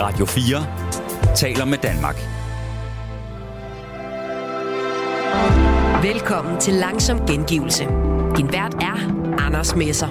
Radio 4 taler med Danmark. Velkommen til Langsom Gengivelse. Din vært er Anders Messer.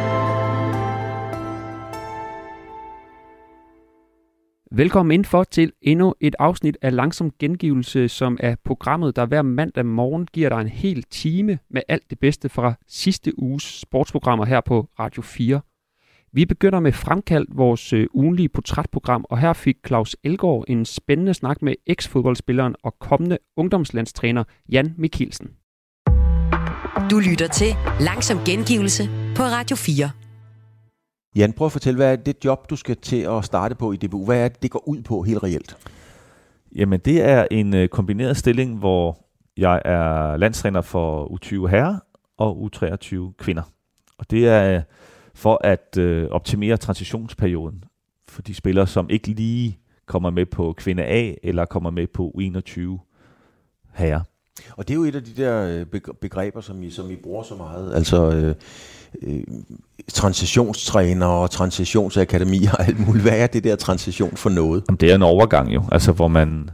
Velkommen indenfor til endnu et afsnit af Langsom Gengivelse, som er programmet, der hver mandag morgen giver dig en hel time med alt det bedste fra sidste uges sportsprogrammer her på Radio 4. Vi begynder med Fremkaldt, vores ugenlige portrætprogram, og her fik Claus Elgaard en spændende snak med eks-fodboldspilleren og kommende ungdomslandstræner Jan Mikkelsen. Du lytter til Langsom Gengivelse på Radio 4. Jan, prøv at fortælle, hvad er det job, du skal til at starte på i DBU? Hvad er det går ud på helt reelt? Jamen, det er en kombineret stilling, hvor jeg er landstræner for U20 herrer og U23 kvinder. Og det er for at optimere transitionsperioden for de spillere, som ikke lige kommer med på kvinde A eller kommer med på U21 herrer. Og det er jo et af de der begreber, som I bruger så meget. Altså transitionstræner og transitionsakademi og alt muligt. Hvad er det der transition for noget? Jamen, det er en overgang jo, altså hvor man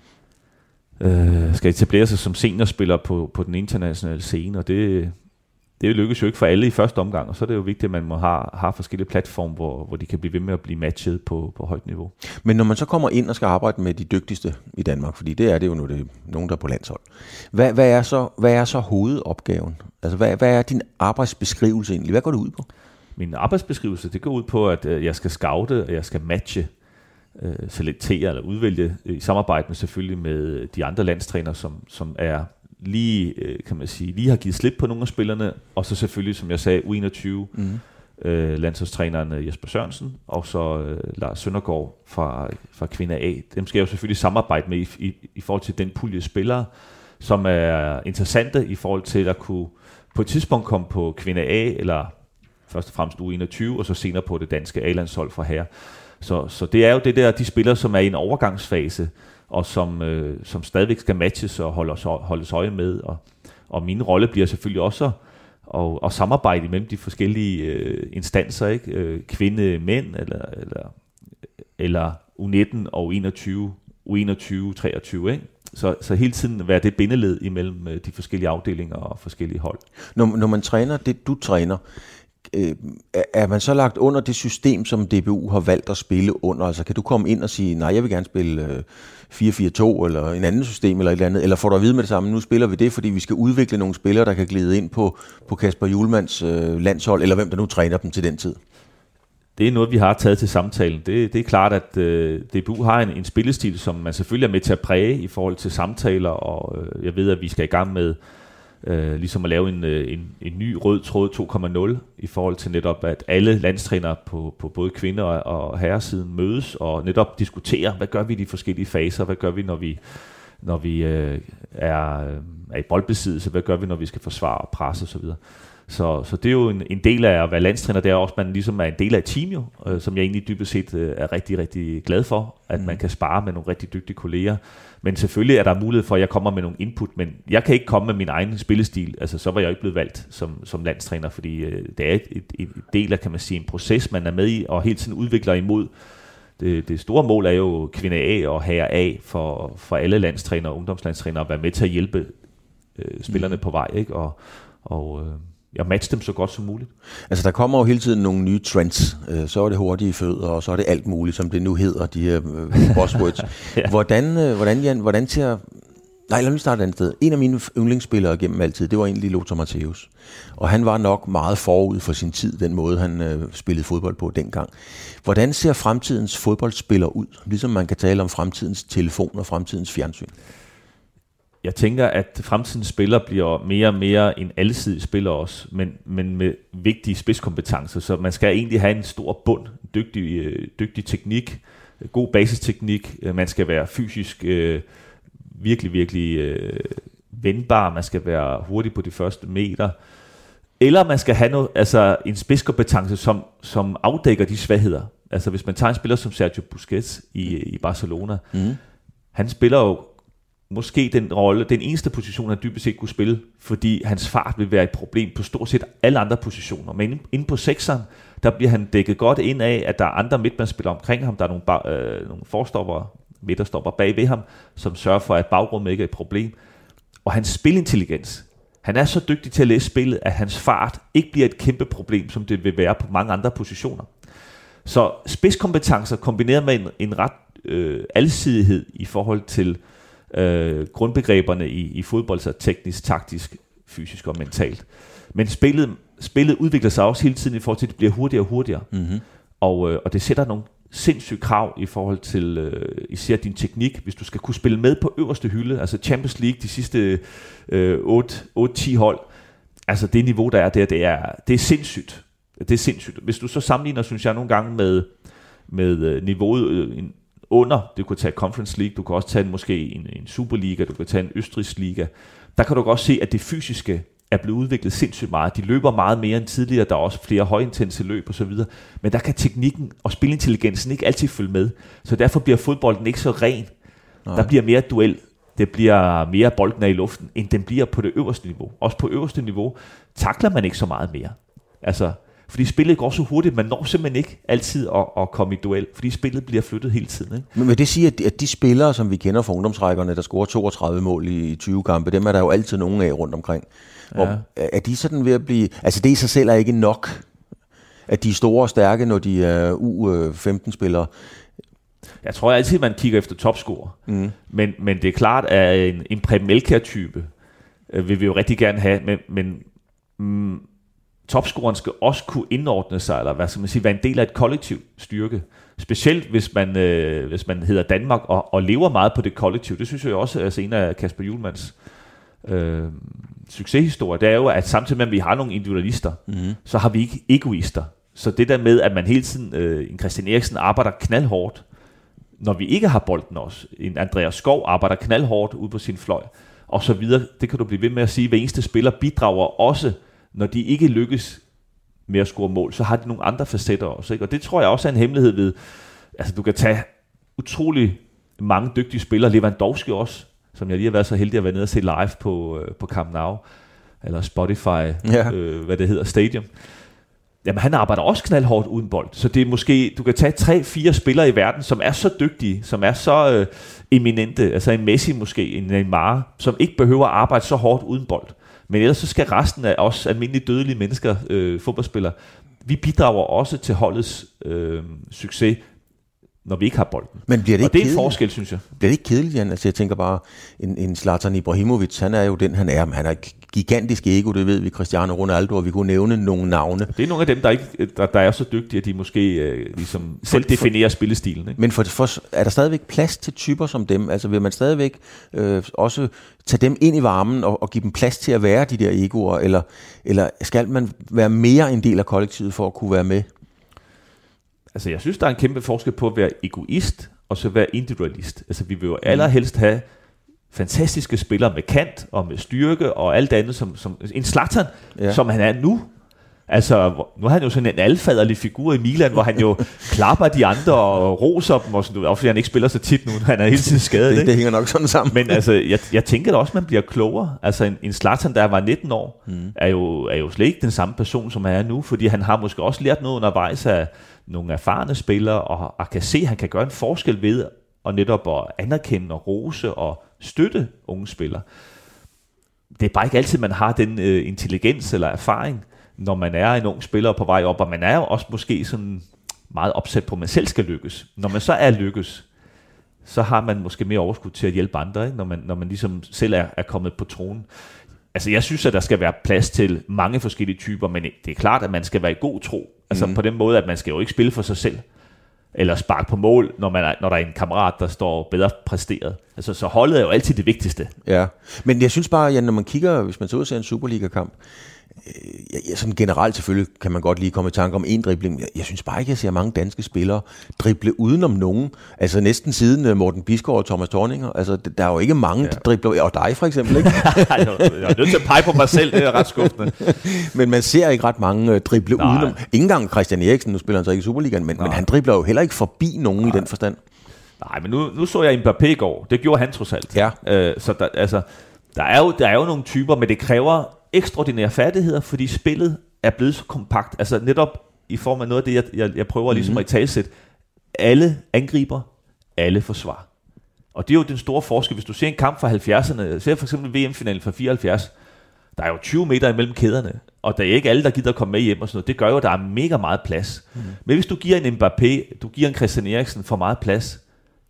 skal etablere sig som seniorspiller på den internationale scene, og det lykkes jo ikke for alle i første omgang, og så er det jo vigtigt, at man må have forskellige platforme, hvor de kan blive ved med at blive matchet på højt niveau. Men når man så kommer ind og skal arbejde med de dygtigste i Danmark, fordi det er det jo nu, det er nogen, der er på landshold. Hvad er så hovedopgaven? Altså, hvad er din arbejdsbeskrivelse egentlig? Hvad går det ud på? Min arbejdsbeskrivelse, det går ud på, at jeg skal scoute, og jeg skal matche, selektere eller udvælge i samarbejde med selvfølgelig med de andre landstrænere, som er lige, kan man sige, lige har givet slip på nogle af spillerne, og så selvfølgelig, som jeg sagde, U21 landsholdstræneren Jesper Sørensen, og så Lars Søndergaard fra kvinde A. Dem skal jeg jo selvfølgelig samarbejde med i forhold til den pulje spillere, som er interessante i forhold til at kunne på et tidspunkt komme på kvinde A, eller først og fremmest U21, og så senere på det danske A-landshold fra herrer. Så det er jo det der, de spillere, som er i en overgangsfase, og som stadigvæk skal matches og holdes øje med. Og min rolle bliver selvfølgelig også at samarbejde mellem de forskellige instanser, ikke? Kvinde, mænd, eller U19 og U21, 23, ikke? Så hele tiden være det bindeled imellem de forskellige afdelinger og forskellige hold. Når man træner det, du træner, er man så lagt under det system, som DBU har valgt at spille under? Altså kan du komme ind og sige, nej, jeg vil gerne spille 4-4-2 eller en anden system eller et eller andet, eller får du at vide med det samme, nu spiller vi det, fordi vi skal udvikle nogle spillere, der kan glide ind på Kasper Hjulmands landshold, eller hvem der nu træner dem til den tid? Det er noget, vi har taget til samtalen. Det er klart, at DBU har en spillestil, som man selvfølgelig er med til at præge i forhold til samtaler, og jeg ved, at vi skal i gang med ligesom at lave en ny rød tråd 2.0 i forhold til netop, at alle landstrænere på både kvinder og herresiden mødes og netop diskuterer, hvad gør vi i de forskellige faser, hvad gør vi, når vi er i boldbesiddelse, hvad gør vi, når vi skal forsvare og presse osv. Så det er jo en del af at være landstræner, det er også, at man ligesom er en del af et team jo, som jeg egentlig dybest set er rigtig, rigtig glad for, at man kan spare med nogle rigtig dygtige kolleger. Men selvfølgelig er der mulighed for, at jeg kommer med nogle input, men jeg kan ikke komme med min egen spillestil, altså så var jeg ikke blevet valgt som landstræner, fordi det er et del af, kan man sige, en proces, man er med i, og hele tiden udvikler imod. Det store mål er jo kvinde A og herre A for alle landstrænere og ungdomslandstrænere at være med til at hjælpe spillerne på vej, ikke? Og jeg matcher dem så godt som muligt. Altså der kommer jo hele tiden nogle nye trends. Så er det hurtige fødder, og så er det alt muligt, som det nu hedder, de her buzzwords. Ja. Hvordan ser... Nej, lad mig starte et andet sted. En af mine yndlingsspillere gennem altid, det var egentlig Lothar Matthäus. Og han var nok meget forud for sin tid, den måde han spillede fodbold på dengang. Hvordan ser fremtidens fodboldspiller ud? Ligesom man kan tale om fremtidens telefon og fremtidens fjernsyn. Jeg tænker, at fremtidens spiller bliver mere og mere en alsidig spiller også, men med vigtige spidskompetencer. Så man skal egentlig have en stor bund, dygtig teknik, god basisteknik. Man skal være fysisk virkelig vendbar. Man skal være hurtig på de første meter. Eller man skal have en spidskompetence, som afdækker de svagheder. Altså hvis man tager en spiller som Sergio Busquets i Barcelona, han spiller jo måske den eneste position, han dybest set kunne spille, fordi hans fart vil være et problem på stort set alle andre positioner. Men inde på sekseren, der bliver han dækket godt ind af, at der er andre midtbanespillere omkring ham. Der er nogle forstopper, midterstopper bag ved ham, som sørger for, at bagrummet ikke er et problem. Og hans spilintelligens, han er så dygtig til at læse spillet, at hans fart ikke bliver et kæmpe problem, som det vil være på mange andre positioner. Så spidskompetencer kombineret med en ret alsidighed i forhold til grundbegreberne i fodbold, så teknisk, taktisk, fysisk og mentalt. Men spillet udvikler sig også hele tiden i forhold til, at det bliver hurtigere og hurtigere. Mm-hmm. Og det sætter nogle sindssyge krav i forhold til især din teknik, hvis du skal kunne spille med på øverste hylde, altså Champions League, de sidste 8-10 hold, altså det niveau, der er der, det er sindssygt. Det er sindssygt. Hvis du så sammenligner, synes jeg, nogle gange med niveauet under, du kan tage Conference League, du kan også tage måske en Superliga, du kan tage en Østrigsk liga, der kan du godt se, at det fysiske er blevet udviklet sindssygt meget. De løber meget mere end tidligere, der er også flere højintense løb og så videre, men der kan teknikken og spilintelligensen ikke altid følge med, så derfor bliver fodbolden ikke så ren. Nej. Der bliver mere duel, det bliver mere bolden af i luften, end den bliver på det øverste niveau. Også på øverste niveau takler man ikke så meget mere. Altså, fordi spillet går så hurtigt, man når simpelthen ikke altid at komme i duel, fordi spillet bliver flyttet hele tiden. Ikke? Men vil det sige, at de spillere, som vi kender fra ungdomsrækkerne, der scorer 32 mål i 20 kampe, dem er der jo altid nogen af rundt omkring. Hvor, er de sådan ved at blive... Altså det i sig selv er ikke nok, at de er store og stærke, når de er U15-spillere. Jeg tror altid, man kigger efter topscorer. Mm. Men det er klart, at en Preben Elkjær-type vil vi jo rigtig gerne have, men topscoreren skal også kunne indordne sig, eller hvad skal man sige, være en del af et kollektiv styrke. Specielt hvis man hedder Danmark og lever meget på det kollektiv. Det synes jeg også er en af Kasper Hjulmans succeshistorier. Det er jo, at samtidig med, at vi har nogle individualister, så har vi ikke egoister. Så det der med, at man hele tiden, en Christian Eriksen arbejder knaldhårdt, når vi ikke har bolden også. En Andreas Skov arbejder knaldhårdt ude på sin fløj, og så videre. Det kan du blive ved med at sige. Hver eneste spiller bidrager også, når de ikke lykkes med at score mål, så har de nogle andre facetter også. Ikke? Og det tror jeg også er en hemmelighed ved, altså du kan tage utrolig mange dygtige spillere, Lewandowski også, som jeg lige har været så heldig at være nede og se live på Camp Nou, eller Spotify, hvad det hedder, Stadium. Jamen han arbejder også knaldhårdt uden bold, så det er måske, du kan tage 3-4 spillere i verden, som er så dygtige, som er så eminente, altså en Messi måske, en Neymar, som ikke behøver at arbejde så hårdt uden bold. Men ellers så skal resten af os almindelige dødelige mennesker, fodboldspillere, vi bidrager også til holdets succes, når vi ikke har bolden. Men bliver det og det er kedeligt? En forskel, synes jeg. Bliver det ikke kedeligt, Jan? Altså jeg tænker bare, en Zlatan Ibrahimovic, han er jo den, han er. Han er et gigantisk ego, det ved vi, Cristiano Ronaldo, og vi kunne nævne nogle navne. Det er nogle af dem, der er så dygtige, at de måske ligesom selv definerer spillestilen. Ikke? Men er der stadigvæk plads til typer som dem? Altså vil man stadigvæk også tage dem ind i varmen og give dem plads til at være de der egoer, eller skal man være mere en del af kollektivet for at kunne være med? Altså jeg synes, der er en kæmpe forskel på at være egoist og så være individualist. Altså vi vil jo allerhelst have fantastiske spillere med kant og med styrke og alt andet, som en Zlatan, som han er nu. Altså nu er han jo sådan en alfaderlig figur i Milan, hvor han jo klapper de andre og roser dem, og sådan, fordi han ikke spiller så tit nu, han er hele tiden skadet. Det hænger nok sådan sammen. Men altså, jeg tænker da også, man bliver klogere. Altså en Zlatan, der var 19 år, er jo slet ikke den samme person, som han er nu, fordi han har måske også lært noget undervejs af nogle erfarne spillere, og kan se, at han kan gøre en forskel ved at netop at anerkende og rose og støtte unge spillere. Det er bare ikke altid, man har den intelligens eller erfaring, når man er en ung spiller på vej op, og man er jo også måske sådan meget opsat på, at man selv skal lykkes. Når man så er lykkes, så har man måske mere overskud til at hjælpe andre, ikke? Når man ligesom selv er kommet på tronen. Altså jeg synes, at der skal være plads til mange forskellige typer, men det er klart, at man skal være i god tro. Altså på den måde, at man skal jo ikke spille for sig selv, eller sparke på mål, når der er en kammerat, der står bedre præsteret. Altså så holdet er jo altid det vigtigste. Ja, men jeg synes bare, Jan, når man kigger, hvis man så ud og ser en Superliga-kamp, sådan generelt selvfølgelig kan man godt lige komme i tanke om en dribling. Jeg synes bare ikke, at jeg ser mange danske spillere drible udenom nogen. Altså næsten siden Morten Bisgaard og Thomas Thorninger. Altså der er jo ikke mange dribler, og dig for eksempel, ikke? Jeg er nødt til at pege på mig selv, det er ret skuffende. Men man ser ikke ret mange drible udenom. Ingen gang Christian Eriksen, nu spiller han så ikke i Superligaen, men han dribler jo heller ikke forbi nogen i den forstand. Nej, men nu så jeg Mbappé i går. Det gjorde han trods alt. Ja. Så der er jo nogle typer, men det kræver ekstraordinære færdigheder, fordi spillet er blevet så kompakt. Altså netop i form af noget af det, jeg prøver ligesom at italesætte. Alle angriber, alle forsvar. Og det er jo den store forskel. Hvis du ser en kamp fra 70'erne, ser for eksempel VM-finalen fra 74, der er jo 20 meter imellem kæderne, og der er ikke alle, der gider at komme med hjem og sådan noget. Det gør jo, at der er mega meget plads. Men hvis du giver en Mbappé, du giver en Christian Eriksen for meget plads,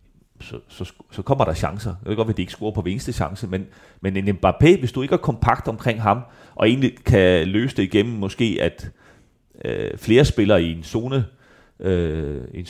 så kommer der chancer. Det kan godt være, at de ikke scorer på hver eneste chance, men en Mbappé, hvis du ikke er kompakt omkring ham, og egentlig kan løse det igennem måske, at flere spillere i en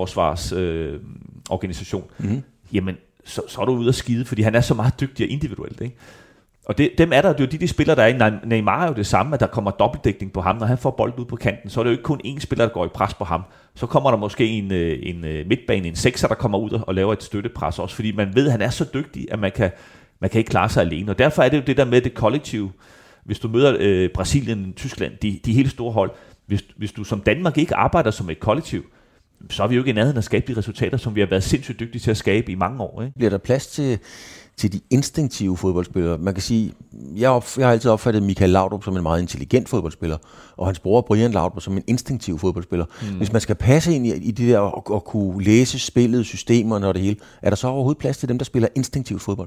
zoneforsvarsorganisation, jamen, så er du ude at skide, fordi han er så meget dygtig og individuelt, ikke? Og dem er der, det er jo de spillere, der er i. Neymar er jo det samme, at der kommer dobbeltdækning på ham. Når han får bolden ud på kanten, så er det jo ikke kun én spiller, der går i pres på ham. Så kommer der måske en midtbane, en sekser, der kommer ud og laver et støttepres også, fordi man ved, at han er så dygtig, at man kan ikke klare sig alene. Og derfor er det jo det der med det kollektive. Hvis du møder Brasilien, Tyskland, de helt store hold, hvis du som Danmark ikke arbejder som et kollektiv, så er vi jo ikke i nærheden at skabe de resultater, som vi har været sindssygt dygtige til at skabe i mange år. Ikke? Bliver der plads til de instinktive fodboldspillere? Man kan sige, jeg har altid opfattet Michael Laudrup som en meget intelligent fodboldspiller, og hans bror Brian Laudrup som en instinktiv fodboldspiller. Hvis man skal passe ind i det der og kunne læse spillet, systemerne og det hele, er der så overhovedet plads til dem, der spiller instinktivt fodbold?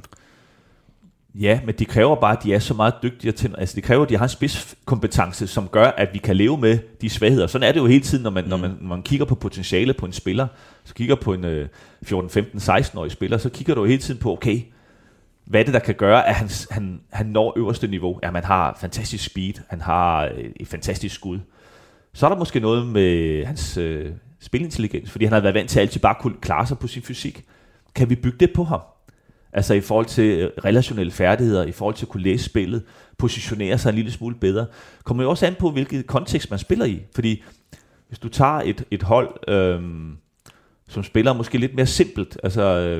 Ja, men det kræver bare, at de er så meget dygtige til. Altså det kræver, at de har en spidskompetence, som gør, at vi kan leve med de svagheder. Sådan er det jo hele tiden, når man kigger på potentiale på en spiller, så kigger på en 14, 15, 16-årig spiller, så kigger du hele tiden på, okay, hvad er det, der kan gøre, at han når øverste niveau? Ja, man har fantastisk speed, han har et fantastisk skud. Så er der måske noget med hans spilintelligens, fordi han har været vant til at altid bare kunne klare sig på sin fysik. Kan vi bygge det på ham? Altså i forhold til relationelle færdigheder, i forhold til at kunne læse spillet, positionere sig en lille smule bedre. Kommer jo også an på, hvilket kontekst man spiller i. Fordi hvis du tager et hold, som spiller måske lidt mere simpelt, altså...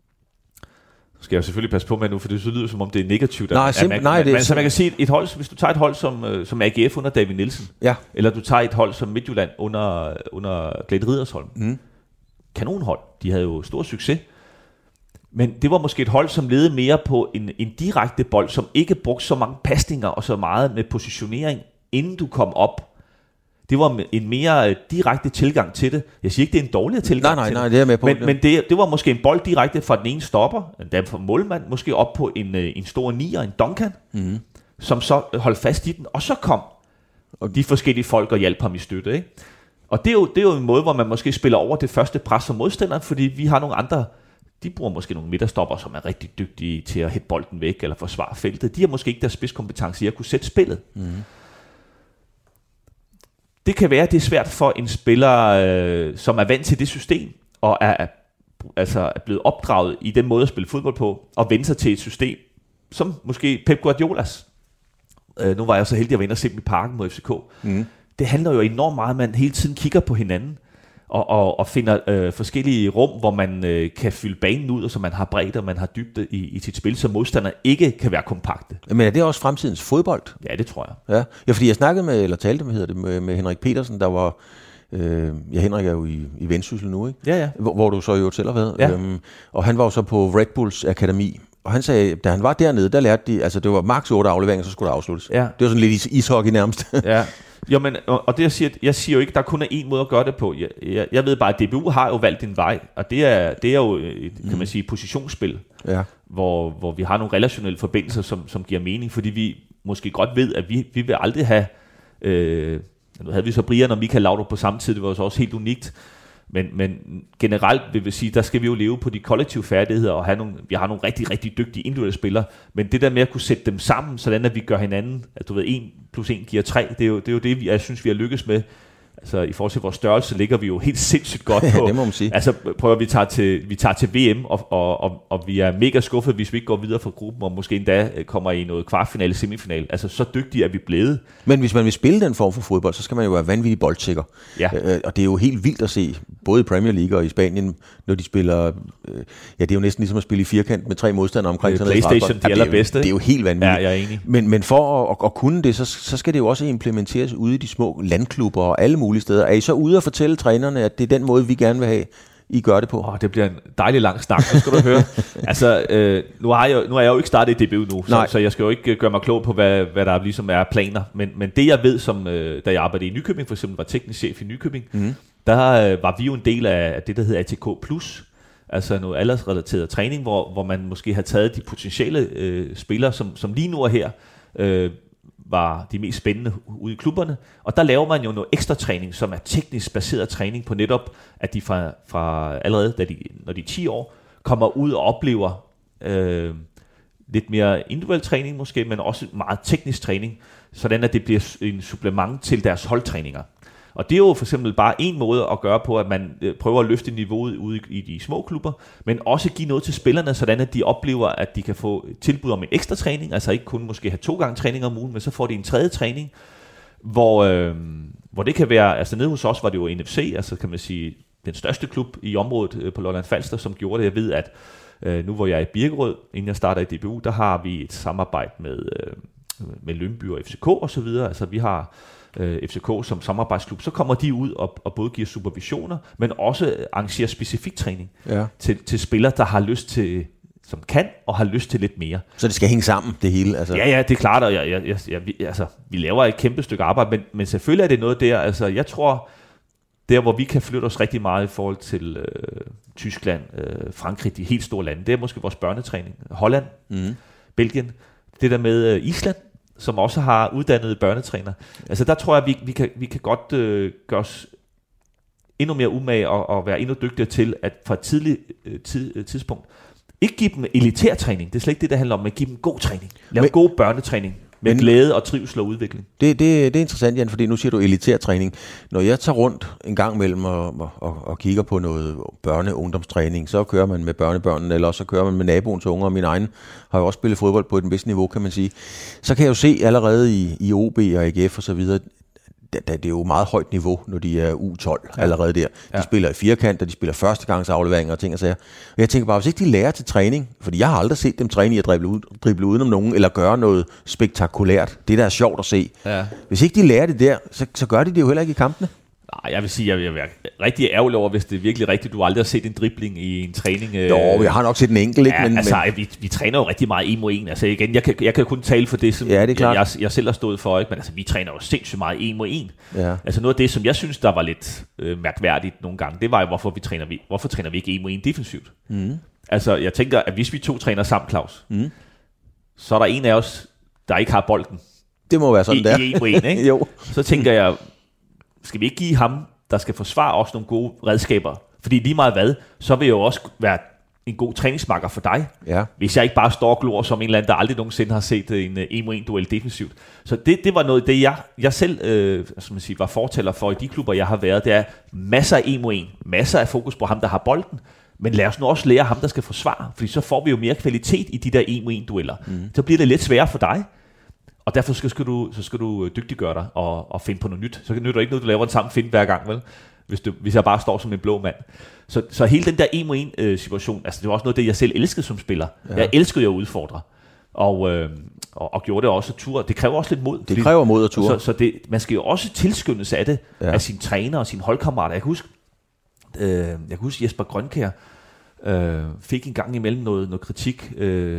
skal jeg jo selvfølgelig passe på med nu, for det så lyder som om det er negativt. Så man kan sige, et hold, hvis du tager et hold som AGF under David Nielsen, eller du tager et hold som Midtjylland under Glenn Riddersholm. Kanonhold, de havde jo stor succes. Men det var måske et hold, som levede mere på en direkte bold, som ikke brugte så mange pasninger og så meget med positionering, inden du kom op. Det var en mere direkte tilgang til det. Jeg siger ikke, det er en dårligere tilgang til det. Nej, det er med på. Men det var måske en bold direkte fra den ene stopper, en fra målmand, måske op på en stor nier, en Duncan, som så holdt fast i den, og så kom de forskellige folk og hjalp ham i støtte. Ikke? Og det er jo en måde, hvor man måske spiller over det første pres som modstanderen, fordi vi har nogle andre. De bruger måske nogle midterstopper, som er rigtig dygtige til at hætte bolden væk eller forsvare feltet. De har måske ikke deres spidskompetence i at kunne sætte spillet. Det kan være, at det er svært for en spiller, som er vant til det system, og er blevet opdraget i den måde at spille fodbold på, og vende sig til et system, som måske Pep Guardiolas. Nu var jeg så heldig at være inde og se dem i Parken mod FCK. Det handler jo enormt meget, at man hele tiden kigger på hinanden, og finder forskellige rum, hvor man kan fylde banen ud, og så man har bredde, og man har dybde i sit spil, så modstander ikke kan være kompakte. Men er det også fremtidens fodbold? Ja, det tror jeg. Ja, fordi jeg snakkede med Henrik Petersen, der var... Henrik er jo i Vendsyssel nu, ikke? Ja. Hvor du så jo selv har været. Ja. Og han var jo så på Red Bulls akademi, og han sagde, da han var dernede, der lærte de... Altså, det var maks 8 afleveringer, så skulle der afsluttes. Ja. Det var sådan lidt ishockey nærmest. Ja. Jo, men, og det jeg siger jo ikke, der kun er én måde at gøre det på. Jeg ved bare, at DBU har jo valgt en vej, og det er jo et, kan man sige, positionsspil, hvor vi har nogle relationelle forbindelser, som giver mening, fordi vi måske godt ved, at vi vil aldrig have... nu havde vi så Brian og Michael Laudrup på samme tid, det var så også helt unikt, men generelt vil vi sige, der skal vi jo leve på de kollektive færdigheder, og vi har nogle rigtig, rigtig dygtige individuelle spillere, men det der med at kunne sætte dem sammen, sådan at vi gør hinanden, at du ved, 1 + 1 giver 3, det er jo det, jeg synes, vi har lykkes med. Altså i forhold til vores størrelse ligger vi jo helt sindssygt godt på. Det må man sige. Altså prøver vi tager til VM, og vi er mega skuffet, hvis vi ikke går videre fra gruppen, og måske endda kommer i noget kvartfinale, semifinale. Altså så dygtige er vi blevet. Men hvis man vil spille den form for fodbold, så skal man jo være vanvittig boldsikker. Ja. Og det er jo helt vildt at se, både i Premier League og i Spanien, når de spiller... det er jo næsten ligesom at spille i firkant med 3 modstandere omkring. PlayStation, de allerbedste. Det er jo helt vanvittigt. Ja, jeg er enig. Men for at kunne det, så skal det jo også implementeres ude i de små landklubber og alle mulige steder. Er I så ude at fortælle trænerne, at det er den måde, vi gerne vil have I gør det på? Det bliver en dejlig lang snak, nu skal du høre. Altså, nu er jeg jo ikke startet i DBU nu, så jeg skal jo ikke gøre mig klog på, hvad der ligesom er planer. Men det jeg ved, som da jeg arbejdede i Nykøbing, for eksempel var teknisk chef i Nykøbing, der var vi jo en del af det, der hedder ATK+, altså noget aldersrelateret træning, hvor man måske har taget de potentielle spillere, som lige nu er her, var de mest spændende ude i klubberne. Og der laver man jo noget ekstra træning, som er teknisk baseret træning på netop, at de fra allerede, når de er 10 år, kommer ud og oplever lidt mere individuel træning måske, men også meget teknisk træning, sådan at det bliver en supplement til deres holdtræninger. Og det er jo for eksempel bare en måde at gøre på, at man prøver at løfte niveauet ude i de små klubber, men også give noget til spillerne, sådan at de oplever, at de kan få tilbud om en ekstra træning, altså ikke kun måske have 2 gange træning om ugen, men så får de en 3. træning, hvor det kan være, altså nede hos os var det jo NFC, altså kan man sige, den største klub i området på Lolland Falster, som gjorde det. Jeg ved, at nu hvor jeg er i Birkerød, inden jeg starter i DBU, der har vi et samarbejde med Lyngby og FCK og så videre, altså vi har FCK som samarbejdsklub, så kommer de ud og både giver supervisioner, men også arrangerer specifik træning til spillere, der har lyst til, som kan og har lyst til lidt mere. Så det skal hænge sammen, det hele? Altså. Ja, det er klart, og vi laver et kæmpe stykke arbejde, men selvfølgelig er det noget der, altså jeg tror, der hvor vi kan flytte os rigtig meget i forhold til Tyskland, Frankrig, de helt store lande, det er måske vores børnetræning. Holland, Belgien, det der med Island, som også har uddannede børnetræner. Altså der tror jeg, vi kan godt gøre os endnu mere umage og være endnu dygtigere til, at fra et tidligt tidspunkt, ikke give dem elitær træning, det er slet ikke det handler om, men give dem god træning. Lave god børnetræning med glæde og trivsel og udvikling. Det er interessant, Jan, fordi nu siger du elitær træning. Når jeg tager rundt en gang imellem og kigger på noget børne-ungdomstræning, så kører man med børnebørnene, eller også så kører man med naboens unger, og min egen har jo også spillet fodbold på et vist niveau, kan man sige. Så kan jeg jo se allerede i OB og AGF og så videre, det er jo meget højt niveau, når de er U12 allerede der. De spiller i firkant, og de spiller førstegangsafleveringer og ting og sager. Og jeg tænker bare, hvis ikke de lærer til træning, fordi jeg har aldrig set dem træne i at drible udenom nogen, eller gøre noget spektakulært. Det der er sjovt at se. Ja. Hvis ikke de lærer det der, så gør de det jo heller ikke i kampene. Nej, jeg vil sige, jeg vil være rigtig ærgerlig over, hvis det er virkelig rigtigt, du aldrig har set en dribling i en træning. Jeg har nok set en enkelt, ikke? Ja, men vi træner jo rigtig meget 1 mod 1. Altså igen, jeg kan kun tale for det, som jeg selv har stået for, ikke? Men altså, vi træner jo sindssygt meget 1 mod 1. Ja. Altså noget af det, som jeg synes, der var lidt mærkværdigt nogle gange, det var jo, hvorfor træner vi ikke 1 mod 1 defensivt? Altså, jeg tænker, at hvis vi 2 træner sammen, Claus, så er der en af os, der ikke har bolden. Det må være sådan der. I 1 mod 1, ikke? Jo. Så tænker jeg, skal vi ikke give ham, der skal forsvare os, nogle gode redskaber? Fordi lige meget hvad, så vil jeg jo også være en god træningsmarker for dig, hvis jeg ikke bare står og glor som en eller anden, der aldrig nogensinde har set en 1 mod 1 duel defensivt. Så det var noget, det jeg selv var fortæller for i de klubber, jeg har været. Det er masser af 1 mod 1, masser af fokus på ham, der har bolden, men lad os nu også lære ham, der skal forsvare, fordi så får vi jo mere kvalitet i de der 1 mod 1 dueller. Så bliver det lidt sværere for dig. Og derfor skal du dygtiggøre dig og finde på noget nyt. Så nytter det ikke noget, du laver en samme find hver gang, vel? Hvis jeg bare står som en blå mand. Så hele den der 1 mod 1 situation, altså det var også noget, det jeg selv elskede som spiller. Ja. Jeg elskede jo at udfordre. Og gjorde det også tur. Det kræver også lidt mod. Det kræver mod og tur. Så man skal jo også tilskyndes af det, af sine træner og sine holdkammerater. Jeg kan huske Jesper Grønkjær fik en gang imellem noget kritik,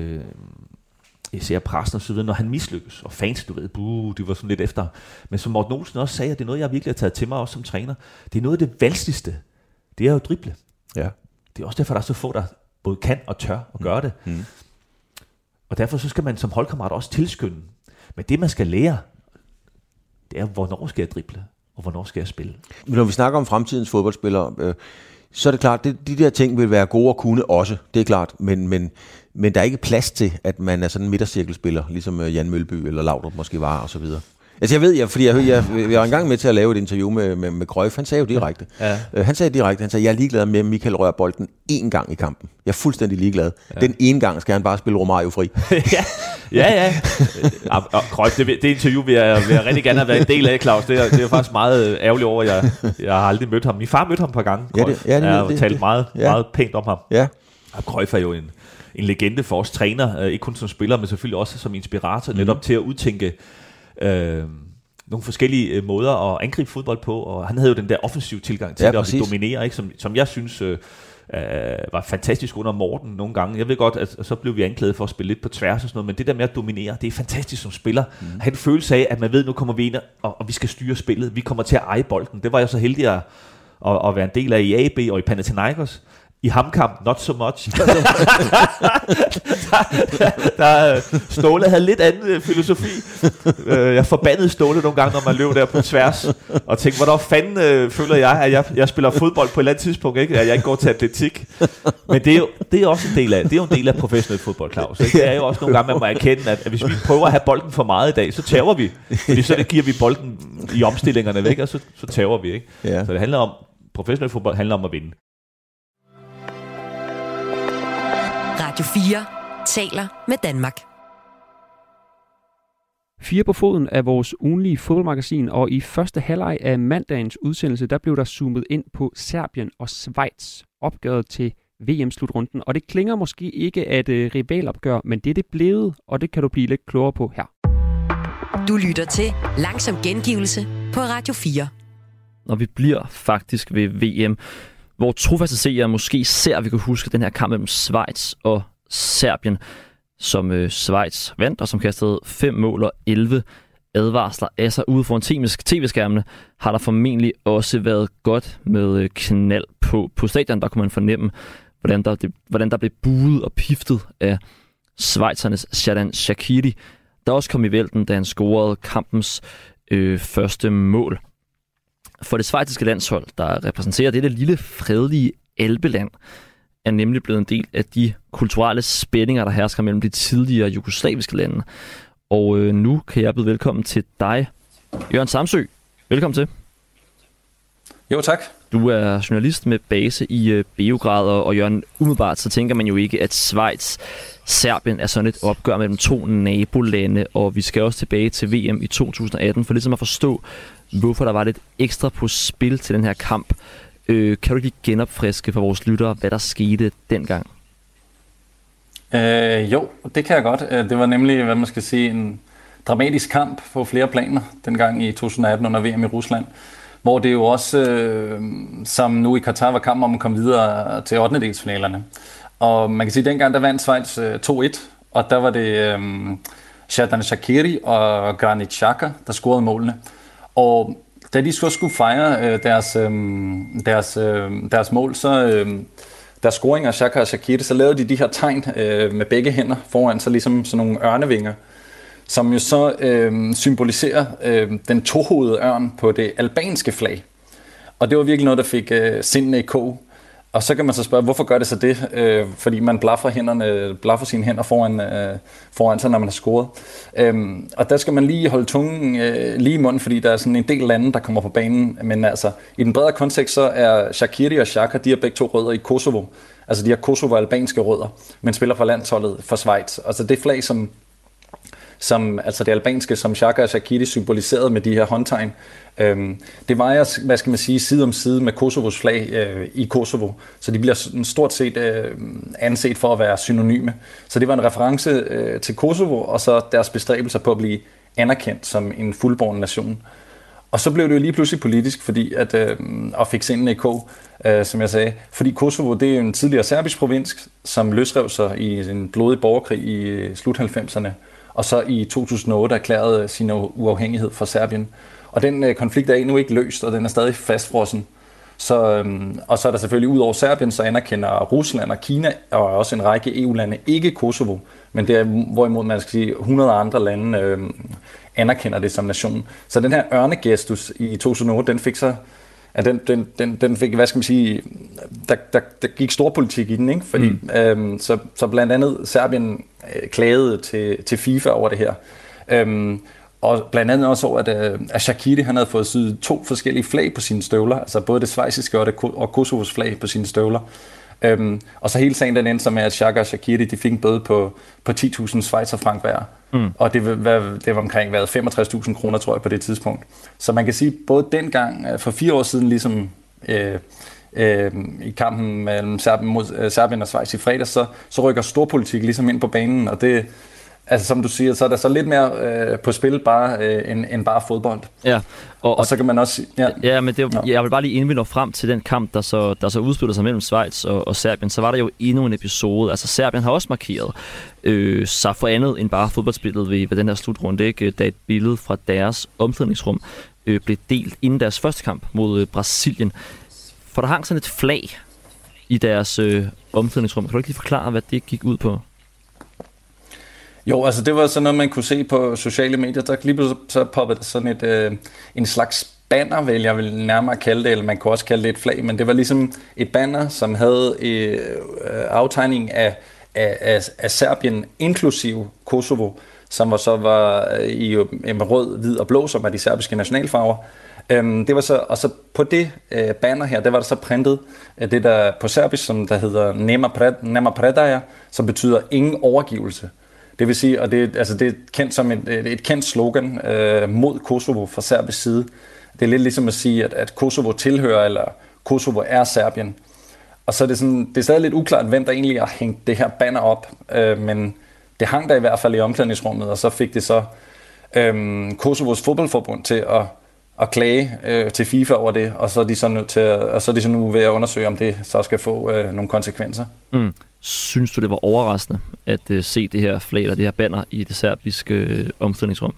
især pressen og så videre, når han mislykkes, og fans, du ved, de var sådan lidt efter. Men som Morten Olsen også sagde, at det er noget, jeg virkelig har taget til mig også som træner, det er noget af det vanskeligste, det er jo drible. Ja. Det er også derfor, der er så få, der både kan og tør at gøre det. Og derfor så skal man som holdkammerat også tilskynde. Men det, man skal lære, det er, hvornår skal jeg drible, og hvornår skal jeg spille. Men når vi snakker om fremtidens fodboldspillere, så er det klart, de der ting vil være gode at kunne også, det er klart, men der er ikke plads til, at man er sådan en midtercirkelspiller, ligesom Jan Mølby eller Laudrup måske var, og så videre. Altså jeg ved, fordi jeg var engang med til at lave et interview med Cruyff, han sagde jo direkte. Ja. Han sagde, jeg er ligeglad med, at Michael rører bolden én gang i kampen. Jeg er fuldstændig ligeglad. Ja. Den ene gang skal han bare spille Romario fri. ja. Og Cruyff, det interview vil jeg rigtig gerne have været en del af, Claus. Det er faktisk meget ærgerligt over, jeg har aldrig mødt ham. Min far mødte ham et par gange, Cruyff. Jeg har talt meget pænt om ham. Ja. Og Cruyff er jo en legende for os træner, ikke kun som spiller, men selvfølgelig også som inspirator, netop til at udtænke nogle forskellige måder at angribe fodbold på, og han havde jo den der offensive tilgang til at dominere, ikke? Som jeg synes var fantastisk under Morten nogle gange. Jeg ved godt, at så blev vi anklaget for at spille lidt på tværs og sådan noget, men det der med at dominere, det er fantastisk som spiller. Han har en følelse af, at man ved, nu kommer vi ind, og vi skal styre spillet. Vi kommer til at eje bolden. Det var jeg så heldig at være en del af i AB og i Panathinaikos. I Hamkamp, not so much. der Ståle havde lidt anden filosofi. Jeg forbandede Ståle nogle gange, når man løb der på tværs, og tænkte, hvordan fanden føler jeg, at jeg spiller fodbold på et eller andet tidspunkt, ikke? At jeg ikke går til atletik. Men det er også en del af, det er jo en del af professionel fodbold, Claus. Ikke? Det er jo også nogle gange, man må erkende, at hvis vi prøver at have bolden for meget i dag, så taber vi. Fordi så giver vi bolden i omstillingerne væk, og så taber vi, ikke? Ja. Så det handler om, professionel fodbold handler om at vinde. Radio 4 taler med Danmark. 4 på foden af vores ugenlige fodboldmagasin, og i første halvleg af mandagens udsendelse, der blev der zoomet ind på Serbien og Schweiz, opgøret til VM-slutrunden. Og det klinger måske ikke af et rivalopgør, men det er det blevet, og det kan du blive lidt klogere på her. Du lytter til Langsom Gengivelse på Radio 4. Og vi bliver faktisk ved VM, hvor trofaste seere måske især vi kan huske den her kamp mellem Schweiz og Serbien, som Schweiz vandt, og som kastede 5 mål og 11 advarsler af sig ude foran tv-skærmene, har der formentlig også været godt med knald på stadion. Der kunne man fornemme, hvordan der blev buet og piftet af schweizernes Xherdan Shaqiri, der også kom i vælten, da han scorede kampens første mål. For det schweiziske landshold, der repræsenterer dette lille, fredelige alpeland, er nemlig blevet en del af de kulturelle spændinger, der hersker mellem de tidligere jugoslaviske lande. Og nu kan jeg byde velkommen til dig, Jørgen Samsø. Velkommen til. Jo, tak. Du er journalist med base i Beograd, og Jørgen, umiddelbart så tænker man jo ikke, at Schweiz-Serbien er sådan et opgør mellem 2 nabolande, og vi skal også tilbage til VM i 2018, for ligesom at forstå, hvorfor der var lidt ekstra på spil til den her kamp. Kan du ikke lige genopfriske for vores lyttere, hvad der skete dengang? Jo, det kan jeg godt. Det var nemlig, hvad man skal sige, en dramatisk kamp på flere planer dengang i 2018 under VM i Rusland, hvor det jo også, som nu i Katar, var kampen om at komme videre til 8. Og man kan sige, at dengang der vandt Schweiz 2-1, og der var det Xherdan Shaqiri og Granit Xhaka, der scorede målene. Og da de så skulle fejre deres mål, så deres scoring af Xhaka og Shaqiri, så lavede de her tegn med begge hænder foran sig, ligesom sådan nogle ørnevinger, som jo så symboliserer den tohodede ørn på det albanske flag. Og det var virkelig noget, der fik sindene i kog. Og så kan man så spørge, hvorfor gør det så det? Fordi man blaffer sine hænder foran sig, når man har scoret. Og der skal man lige holde tungen lige i munden, fordi der er sådan en del lande, der kommer på banen. Men altså, i den bredere kontekst, så er Shaqiri og Xhaka, de har begge 2 rødder i Kosovo. Altså, de har Kosovo-albanske rødder, men spiller for landsholdet for Schweiz. Altså, det flag, som altså det albanske, som Xhaka og Shaqiri symboliserede med de her håndtegn, det vejer, hvad skal man sige, side om side med Kosovos flag i Kosovo. Så de bliver stort set anset for at være synonyme. Så det var en reference til Kosovo, og så deres bestræbelser på at blive anerkendt som en fuldborgen nation. Og så blev det jo lige pludselig politisk, fordi og fik sindene i kog, som jeg sagde. Fordi Kosovo, det er en tidligere serbisk provins, som løsrev sig i en blodig borgerkrig i slut 90'erne. Og så i 2008 erklærede sin uafhængighed fra Serbien. Og den konflikt er endnu ikke løst, og den er stadig fastfrossen. Og så er der selvfølgelig ud over Serbien, så anerkender Rusland og Kina og også en række EU-lande ikke Kosovo, men det er hvorimod man skal sige 100 andre lande anerkender det som nation. Så den her ørnegestus i 2008, den fik så den fik, hvad skal man sige, der gik storpolitik i den, ikke? Fordi så blandt andet Serbien klagede til FIFA over det her. Og blandt andet også over, at Shaqiri, han havde fået syet 2 forskellige flag på sine støvler, altså både det schweiziske og Kosovos flag på sine støvler. Og så hele sagen den endte med, at Xhaka og Shaqiri, de fik en bøde på 10.000 schweizerfranc hver. Og det var omkring 65.000 kroner, tror jeg, på det tidspunkt. Så man kan sige, både dengang, for 4 år siden, ligesom i kampen mellem Serbien og Schweiz i fredags, så rykker storpolitik ligesom ind på banen, og det altså som du siger, så er der så lidt mere på spil bare end bare fodbold. Ja. Og så kan man også... Ja, men jeg vil bare lige inden vi når frem til den kamp, der så udspillede sig mellem Schweiz og Serbien, så var der jo endnu en episode. Altså Serbien har også markeret sig for andet end bare fodboldspillet ved den her slutrunde, ikke? Da et billede fra deres omklædningsrum blev delt inden deres første kamp mod Brasilien. For der hang sådan et flag i deres omklædningsrum. Kan du ikke lige forklare, hvad det gik ud på? Jo, altså det var sådan noget, man kunne se på sociale medier. Der lige så poppede der sådan en slags banner, vil jeg vil nærmere kalde det, eller man kunne også kalde det et flag, men det var ligesom et banner, som havde aftegning af Serbien, inklusive Kosovo, som var i rød, hvid og blå, som er de serbiske nationalfarver. Det var så, og så på det banner her, der var der så printet det der på serbisk, som der hedder Nema predaja, som betyder ingen overgivelse. Det vil sige, og det er kendt som et kendt slogan mod Kosovo fra serbisk side. Det er lidt ligesom at sige, at Kosovo tilhører, eller Kosovo er Serbien. Og så er det er stadig lidt uklart, hvem der egentlig har hængt det her banner op, men det hang der i hvert fald i omklædningsrummet, og så fik det så Kosovos fodboldforbund til at klage til FIFA over det, og så er de så nødt til nu ved at undersøge, om det så skal få nogle konsekvenser. Synes du, det var overraskende at se det her flag eller det her banner i det serbiske omklædningsrum?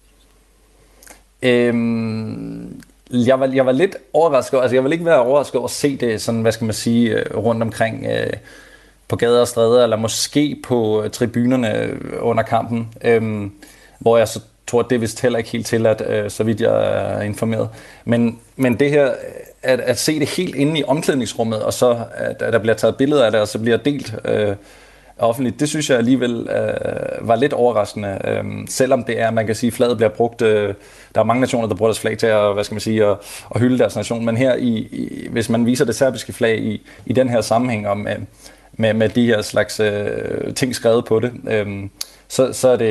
Jeg var lidt overrasket. Altså, jeg vil ikke være overrasket over at se det sådan, hvad skal man sige, rundt omkring på gader og stræder, eller måske på tribunerne under kampen, hvor jeg så tror, at det er vist heller ikke helt tilladt, så vidt jeg er informeret. Men det her, at se det helt inde i omklædningsrummet, og så at der bliver taget billeder af det, og så bliver delt offentligt, det synes jeg alligevel var lidt overraskende. Selvom det er, man kan sige, flaget bliver brugt, der er mange nationer, der bruger deres flag til at, hvad skal man sige, at hylde deres nation, men her, hvis man viser det serbiske flag i den her sammenhæng, og med de her slags ting skrevet på det, så er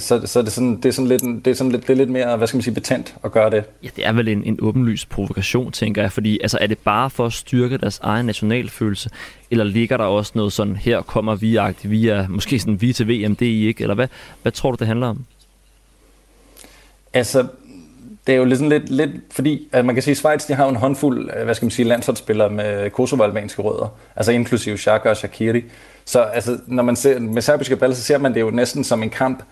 det lidt mere, hvad skal man sige, betændt at gøre det. Ja, det er vel en åbenlys provokation, tænker jeg, fordi altså, er det bare for at styrke deres egen nationalfølelse, eller ligger der også noget sådan, her kommer vi er måske sådan, vi til VM, det er I ikke, eller hvad tror du, det handler om? Altså, det er jo lidt fordi, at man kan sige, at Schweiz, de har en håndfuld, hvad skal man sige, landsholdsspillere med kosovo-albanske rødder, altså inklusive Xhaka og Shaqiri. Så altså, når man ser med serbiske briller, så ser man det jo næsten som en kamp,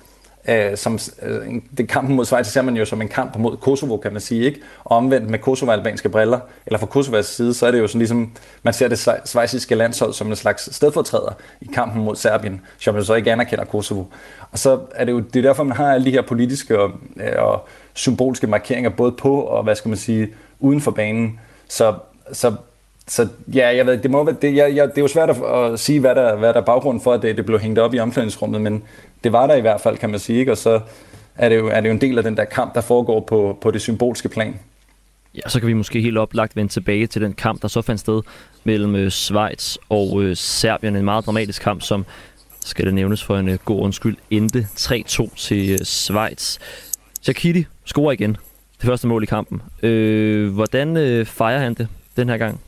det kampen mod Schweiz, så ser man jo som en kamp mod Kosovo, kan man sige, ikke? Og omvendt med kosovo-albanske briller, eller fra Kosovas side, så er det jo sådan ligesom, man ser det schweiziske landshold som en slags stedfortræder i kampen mod Serbien, som jo så ikke anerkender Kosovo. Og så er det jo, det er derfor, man har alle de her politiske og symbolske markeringer, både på og, hvad skal man sige, uden for banen. Så ja, jeg ved, det er jo svært at sige, hvad der er baggrunden for, at det blev hængt op i omklædningsrummet, men det var der i hvert fald, kan man sige, ikke? Og så er det jo en del af den der kamp, der foregår på det symbolske plan. Ja, så kan vi måske helt oplagt vende tilbage til den kamp, der så fandt sted mellem Schweiz og Serbien. En meget dramatisk kamp, som, skal det nævnes for en god undskyld, endte 3-2 til Schweiz. Shaqiri scorer igen det første mål i kampen. Hvordan fejrer han det den her gang?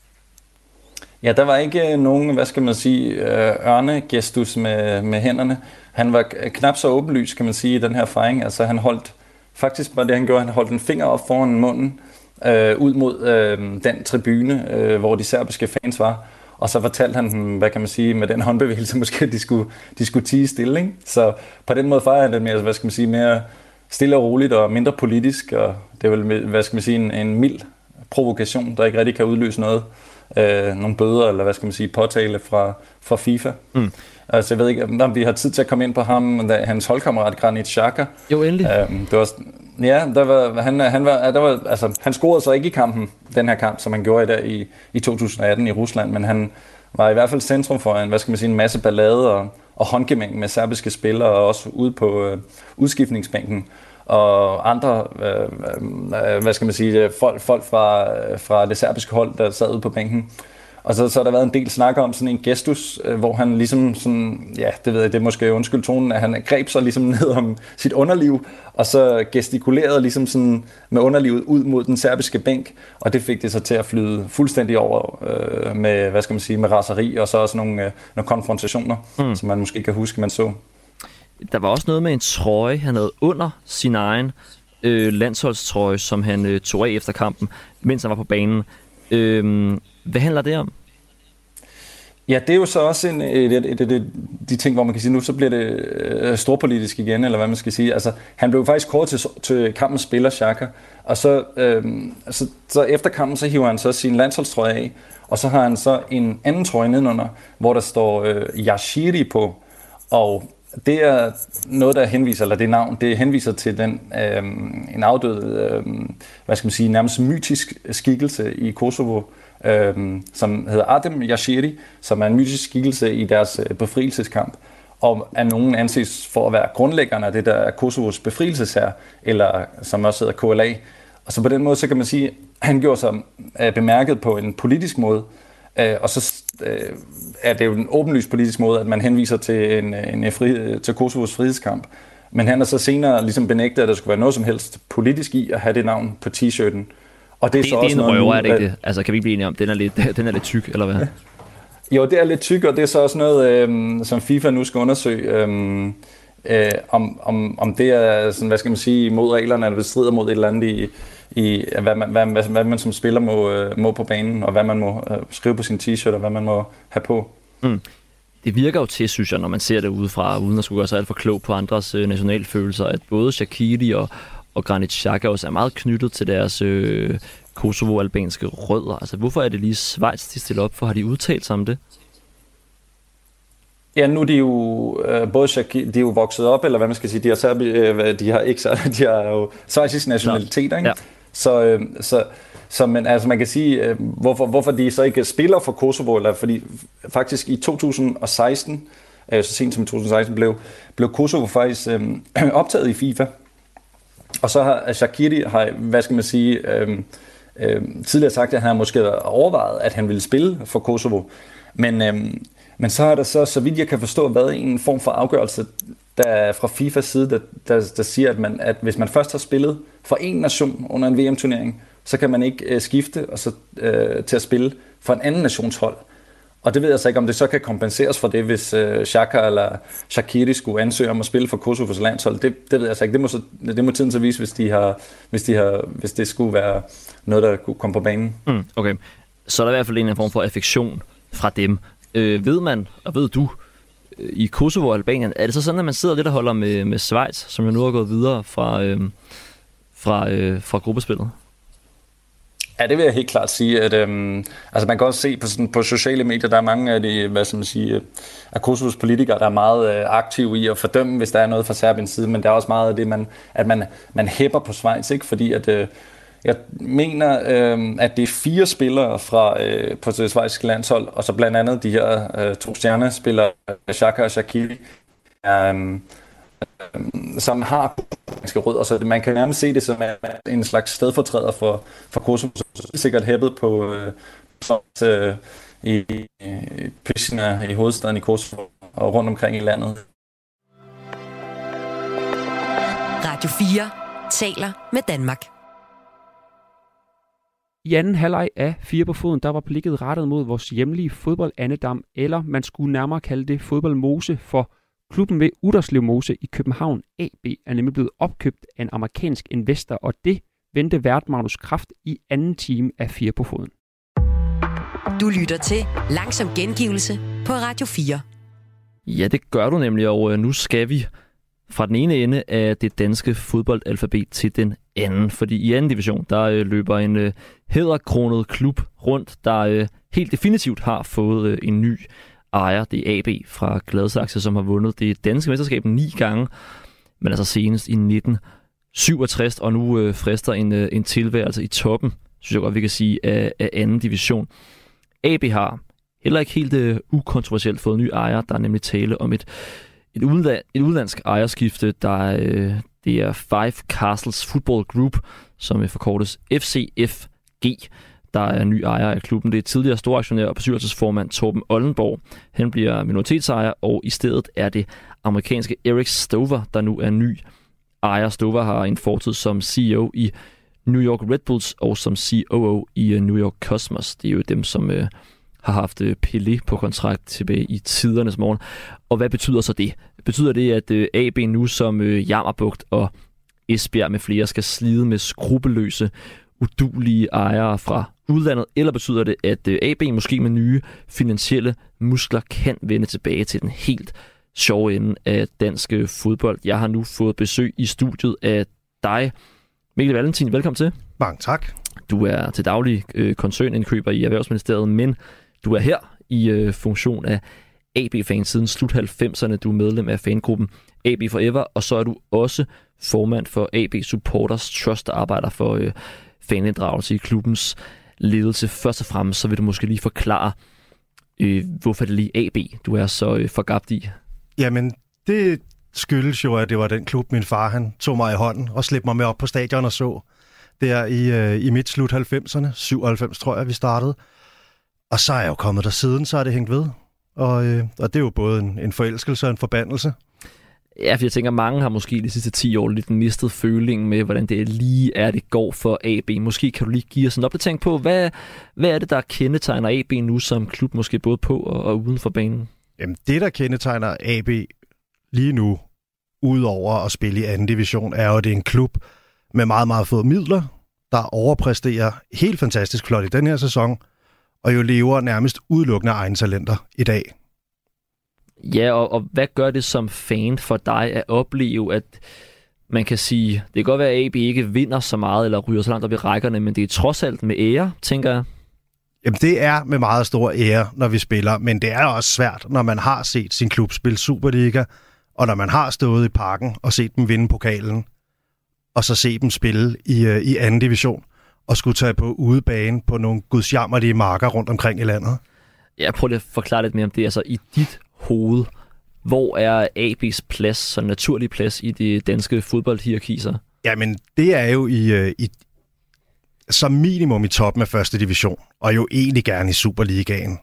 Ja, der var ikke nogen, hvad skal man sige, ørnegestus med hænderne. Han var knap så åbenlys, kan man sige, i den her fejring. Altså han holdt, faktisk var det han gjorde, han holdt en finger op foran munden, ud mod den tribune, hvor de serbiske fans var. Og så fortalte han dem, hvad kan man sige, med den håndbevægelse, måske at de skulle tie stille, ikke? Så på den måde fejrer han det mere, hvad skal man sige, mere stille og roligt og mindre politisk. Og det er vel, hvad skal man sige, en mild provokation, der ikke rigtig kan udløse noget. Nogle bøder, eller hvad skal man sige, påtale fra FIFA. Altså jeg ved ikke, om vi har tid til at komme ind på ham, hans holdkammerat Granit Xhaka. Jo, endelig. Det var, ja, han scorede så ikke i kampen, den her kamp, som han gjorde i 2018 i Rusland, men han var i hvert fald centrum for en, hvad skal man sige, en masse ballade og håndgemæng med serbiske spillere, og også ude på udskiftningsbænken. Og andre, hvad skal man sige, folk fra det serbiske hold, der sad ude på bænken. Og så har der været en del snak om sådan en gestus, hvor han ligesom sådan, ja, det ved jeg, det er måske undskyld tonen, at han greb sig ligesom ned om sit underliv, og så gestikulerede ligesom sådan med underlivet ud mod den serbiske bænk, og det fik det så til at flyde fuldstændig over med, hvad skal man sige, med raseri, og så også nogle konfrontationer, som man måske kan huske, man så. Der var også noget med en trøje, han havde under sin egen landsholdstrøje, som han tog af efter kampen, mens han var på banen. Hvad handler det om? Ja, det er jo så også de ting, hvor man kan sige, nu så bliver det storpolitisk igen, eller hvad man skal sige. Altså, han blev faktisk kåret til kampens spiller, Xhaka, og så efter kampen, så hiver han så sin landsholdstrøje af, og så har han så en anden trøje nedenunder, hvor der står Yashiri på, og det er noget, der henviser, eller det navn, det henviser til den en afdød, hvad skal man sige, nærmest mytisk skikkelse i Kosovo, som hedder Adem Yashiri, som er en mytisk skikkelse i deres befrielseskamp, og er nogen anses for at være grundlæggerne af det der er Kosovos befrielseshær, eller som også hedder KLA. Og så på den måde, så kan man sige, at han gjorde sig bemærket på en politisk måde, og så er det jo en åbenlys politisk måde, at man henviser til til Kosovos frihedskamp. Men han har så senere ligesom benægtet, at der skulle være noget som helst politisk i at have det navn på t-shirten. Og det er så også en røver, er det ikke det? Altså, kan vi ikke blive enige om, den er lidt tyk, eller hvad? Jo, det er lidt tyk, og det er så også noget, som FIFA nu skal undersøge, om det er, sådan, hvad skal man sige, mod reglerne, eller det strider mod et eller andet i hvad man som spiller må på banen, og hvad man må skrive på sin t-shirt, og hvad man må have på. Mm. Det virker jo til, synes jeg, når man ser det udefra, uden at skulle gøre sig alt for klog på andres nationalfølelser, at både Shaqiri og Granit Xhaka også er meget knyttet til deres kosovo-albanske rødder. Altså, hvorfor er det lige Schweiz, de stiller op for? Har de udtalt sig om det? Ja, nu er de jo både Shaqiri, de er jo vokset op, eller hvad man skal sige, de har jo schweizisk nationalitet, ikke? Ja. Så men altså man kan sige, hvorfor de så ikke spiller for Kosovo, eller fordi faktisk i 2016, så sent som i 2016 blev Kosovo faktisk optaget i FIFA. Og så har Shaqiri, hvad skal man sige, tidligere sagt, at han måske overvejet, at han ville spille for Kosovo. Men så har der så vidt jeg kan forstå, været en form for afgørelse der fra FIFAs side, der siger, at hvis man først har spillet for en nation under en VM-turnering, så kan man ikke skifte og så, til at spille for en anden nationshold. Og det ved jeg så ikke, om det så kan kompenseres for det, hvis Xhaka eller Shaqiri skulle ansøge om at spille for Kosovos landshold. Det ved jeg så ikke. Det må tiden så vise, hvis det skulle være noget, der kunne komme på banen. Okay. Så er der i hvert fald en form for affektion fra dem. Ved man, og ved du, i Kosovo og Albanien, er det så sådan, at man sidder lidt og holder med Schweiz, som jo nu har gået videre fra gruppespillet? Ja, det vil jeg helt klart sige, at altså man kan også se på sociale medier, der er mange af de, hvad skal man sige, af Kosovos politikere, der er meget aktive i at fordømme, hvis der er noget fra Serbiens side, men der er også meget af det, at man hæpper på Schweiz, ikke? Fordi at jeg mener, at det er 4 spillere på det schweiziske landshold, og så blandt andet de her 2 stjernespillere, Xhaka og Shaqiri, som har rødder, så man kan nærmest se det som en slags stedfortræder for Kosovo. Så det er sikkert hæppet på i Pristina, i hovedstaden i Kosovo og rundt omkring i landet. Radio 4 taler med Danmark. I anden halvleg af 4 på foden, der var blikket rettet mod vores hjemlige fodboldandedam, eller man skulle nærmere kalde det fodboldmose, for klubben ved Utterslev Mose i København, AB, er nemlig blevet opkøbt af en amerikansk investor, og det vendte vært Magnus Kraft i anden time af 4 på foden. Du lytter til Langsom Gengivelse på Radio 4. Ja, det gør du nemlig, og nu skal vi fra den ene ende af det danske fodboldalfabet til den anden. Fordi i anden division, der løber en hæderkronet klub rundt, der helt definitivt har fået en ny ejer. Det er AB fra Gladsaxe, som har vundet det danske mesterskab 9 gange, men altså senest i 1967, og nu frister en tilværelse i toppen, synes jeg godt, vi kan sige, af anden division. AB har heller ikke helt ukontroversielt fået en ny ejer. Der er nemlig tale om et udlandsk ejerskifte, det er Five Castles Football Group, som forkortes FCFG, der er ny ejer af klubben. Det er tidligere storaktionær og bestyrelsesformand Torben Oldenborg. Han bliver minoritetsejer, og i stedet er det amerikanske Eric Stover, der nu er ny ejer. Stover har en fortid som CEO i New York Red Bulls og som COO i New York Cosmos. Det er jo dem, som har haft Pelé på kontrakt tilbage i tidernes morgen. Og hvad betyder så det? Betyder det, at AB nu som Jammerbugt og Esbjerg med flere skal slide med skrupelløse, udulige ejere fra udlandet? Eller betyder det, at AB måske med nye finansielle muskler kan vende tilbage til den helt sjove ende af dansk fodbold? Jeg har nu fået besøg i studiet af dig, Mikkel Valentin. Velkommen til. Mange tak. Du er til daglig koncernindkøber i Erhvervsministeriet, men du er her i funktion af AB-fan siden slut 90'erne. Du er medlem af fangruppen AB Forever, og så er du også formand for AB Supporters Trust, der arbejder for faninddragelse i klubbens ledelse. Først og fremmest, så vil du måske lige forklare, hvorfor det lige AB, du er så forgabt i. Jamen, det skyldes jo, at det var den klub, min far han tog mig i hånden og slæbte mig med op på stadion og så. Der i midt slut 90'erne, 97 tror jeg, vi startede. Og så er jeg jo kommet der siden, så er det hængt ved. Og det er jo både en forelskelse og en forbandelse. Ja, for jeg tænker, mange har måske de sidste 10 år lidt mistet følingen med, hvordan det lige er, det går for AB. Måske kan du lige give os en opdatering på, hvad er det, der kendetegner AB nu som klub, måske både på og uden for banen? Jamen, det, der kendetegner AB lige nu, udover at spille i anden division, er jo, at det er en klub med meget, meget få midler, der overpræsterer helt fantastisk flot i den her sæson, og jo lever nærmest udelukkende af egne talenter i dag. Ja, og hvad gør det som fan for dig at opleve, at man kan sige, det kan godt være, at AB ikke vinder så meget, eller ryger så langt op i rækkerne, men det er trods alt med ære, tænker jeg? Jamen, det er med meget stor ære, når vi spiller, men det er også svært, når man har set sin klub spille Superliga, og når man har stået i parken og set dem vinde pokalen, og så se dem spille i anden division, og skulle tage på udebane på nogle gudsjammerlige marker rundt omkring i landet. Ja, prøv lige at forklare lidt mere om det. Altså, i dit hoved, hvor er AB's plads, så naturlig plads i det danske fodboldhierarki så? Jamen, det er jo som minimum i toppen af første division, og jo egentlig gerne i Superligaen.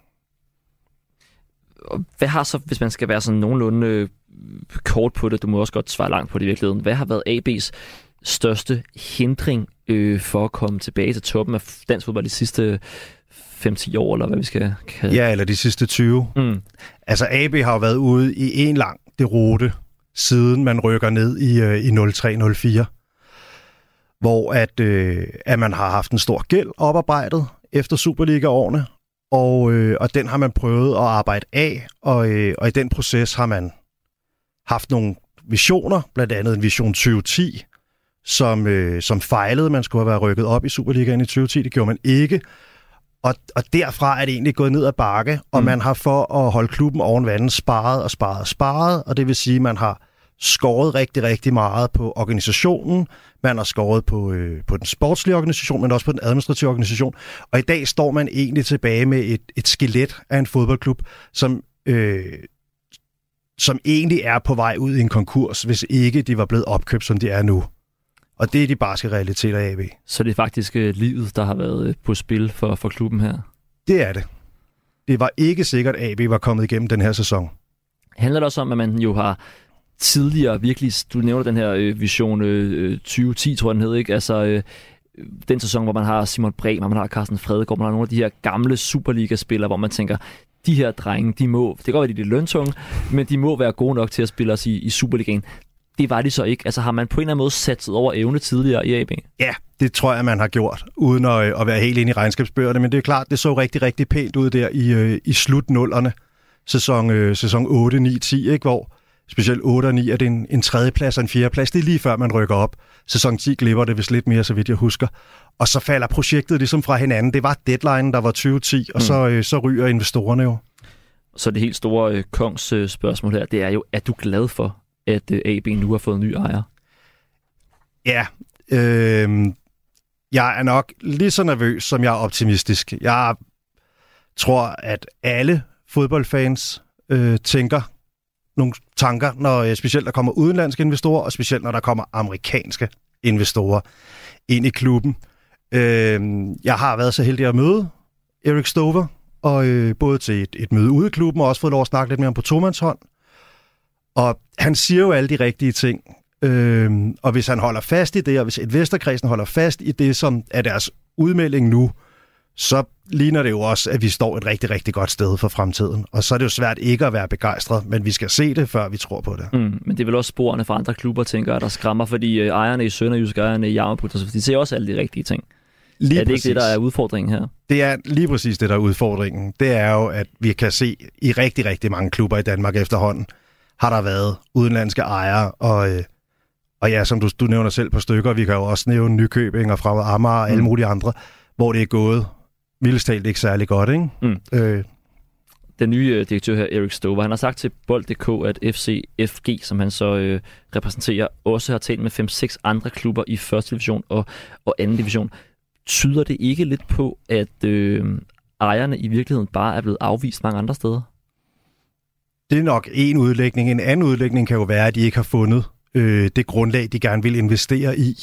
Hvad har så, hvis man skal være sådan nogenlunde kort på det, du må også godt svare langt på det i virkeligheden, hvad har været AB's største hindring for at komme tilbage til toppen af dansk fodbold de sidste 5-10 år, eller hvad vi skal kalde? Ja, eller de sidste 20. Altså, AB har jo været ude i en lang deroute, siden man rykker ned i 03-04, hvor at man har haft en stor gæld oparbejdet efter Superliga-årene, og den har man prøvet at arbejde af, og i den proces har man haft nogle visioner, blandt andet en vision 2010, som fejlede. Man skulle have været rykket op i Superligaen i 2010, det gjorde man ikke. Og derfra er det egentlig gået ned ad bakke, og man har for at holde klubben oven vandet sparet, og det vil sige, at man har skåret rigtig, rigtig meget på organisationen, man har skåret på den sportslige organisation, men også på den administrative organisation, og i dag står man egentlig tilbage med et skelet af en fodboldklub, som egentlig er på vej ud i en konkurs, hvis ikke de var blevet opkøbt, som de er nu. Og det er de barske realiteter af AB. Så det er faktisk livet, der har været på spil for klubben her? Det er det. Det var ikke sikkert, at AB var kommet igennem den her sæson. Handler det også om, at man jo har tidligere virkelig, du nævner den her vision 2010, tror jeg den hed, ikke? Altså den sæson, hvor man har Simon Bremer, man har Carsten Fredegaard, man har nogle af de her gamle Superliga-spillere, hvor man tænker, de her drenge, de må, det kan godt være, de er lidt løntunge, men de må være gode nok til at spille os i Superligaen. Det var de så ikke. Altså har man på en eller anden måde satset over evne tidligere i AB? Ja, det tror jeg, man har gjort, uden at være helt inde i regnskabsbøgerne. Men det er klart, det så rigtig, rigtig pænt ud der i slutnullerne. Sæson 8, 9, 10, ikke? Hvor specielt 8 og 9 er det en tredjeplads og en fjerdeplads. Det er lige før, man rykker op. Sæson 10 glipper det vist lidt mere, så vidt jeg husker. Og så falder projektet ligesom fra hinanden. Det var deadline, der var 2010, og så ryger investorerne jo. Så det helt store kongsspørgsmål her, det er jo, er du glad for, at AB nu har fået en ny ejer? Ja, jeg er nok lige så nervøs, som jeg er optimistisk. Jeg tror, at alle fodboldfans tænker nogle tanker, når specielt der kommer udenlandske investorer, og specielt når der kommer amerikanske investorer ind i klubben. Jeg har været så heldig at møde Erik Stover, og både til et møde ude i klubben, og også fået lov at snakke lidt mere om på tomandshånd. Og han siger jo alle de rigtige ting. Og hvis han holder fast i det, og hvis investorkredsen holder fast i det, som er deres udmelding nu, så ligner det jo også, at vi står et rigtig, rigtig godt sted for fremtiden. Og så er det jo svært ikke at være begejstret, men vi skal se det, før vi tror på det. Men det er vel også sporene fra andre klubber, tænker jeg, der skræmmer, fordi ejerne i Sønderjysk, ejerne i Jammerbugt, de ser også alle de rigtige ting. Lige er det præcis. ikke det, der er udfordringen her? Det er lige præcis det, der er udfordringen. Det er jo, at vi kan se i rigtig, rigtig mange klubber i Danmark efterhånden, har der været udenlandske ejere, og ja, som du nævner selv på stykker, vi kan jo også nævne Nykøbing og Fremad Amager og alle mulige andre, hvor det er gået mildest talt ikke særlig godt, ikke? Den nye direktør her, Erik Stover, han har sagt til Bold.dk, at FCFG, som han så repræsenterer, også har talt med 5-6 andre klubber i første division og anden division. Tyder det ikke lidt på, at ejerne i virkeligheden bare er blevet afvist mange andre steder? Det er nok en udlægning. En anden udlægning kan jo være, at de ikke har fundet det grundlag, de gerne vil investere i.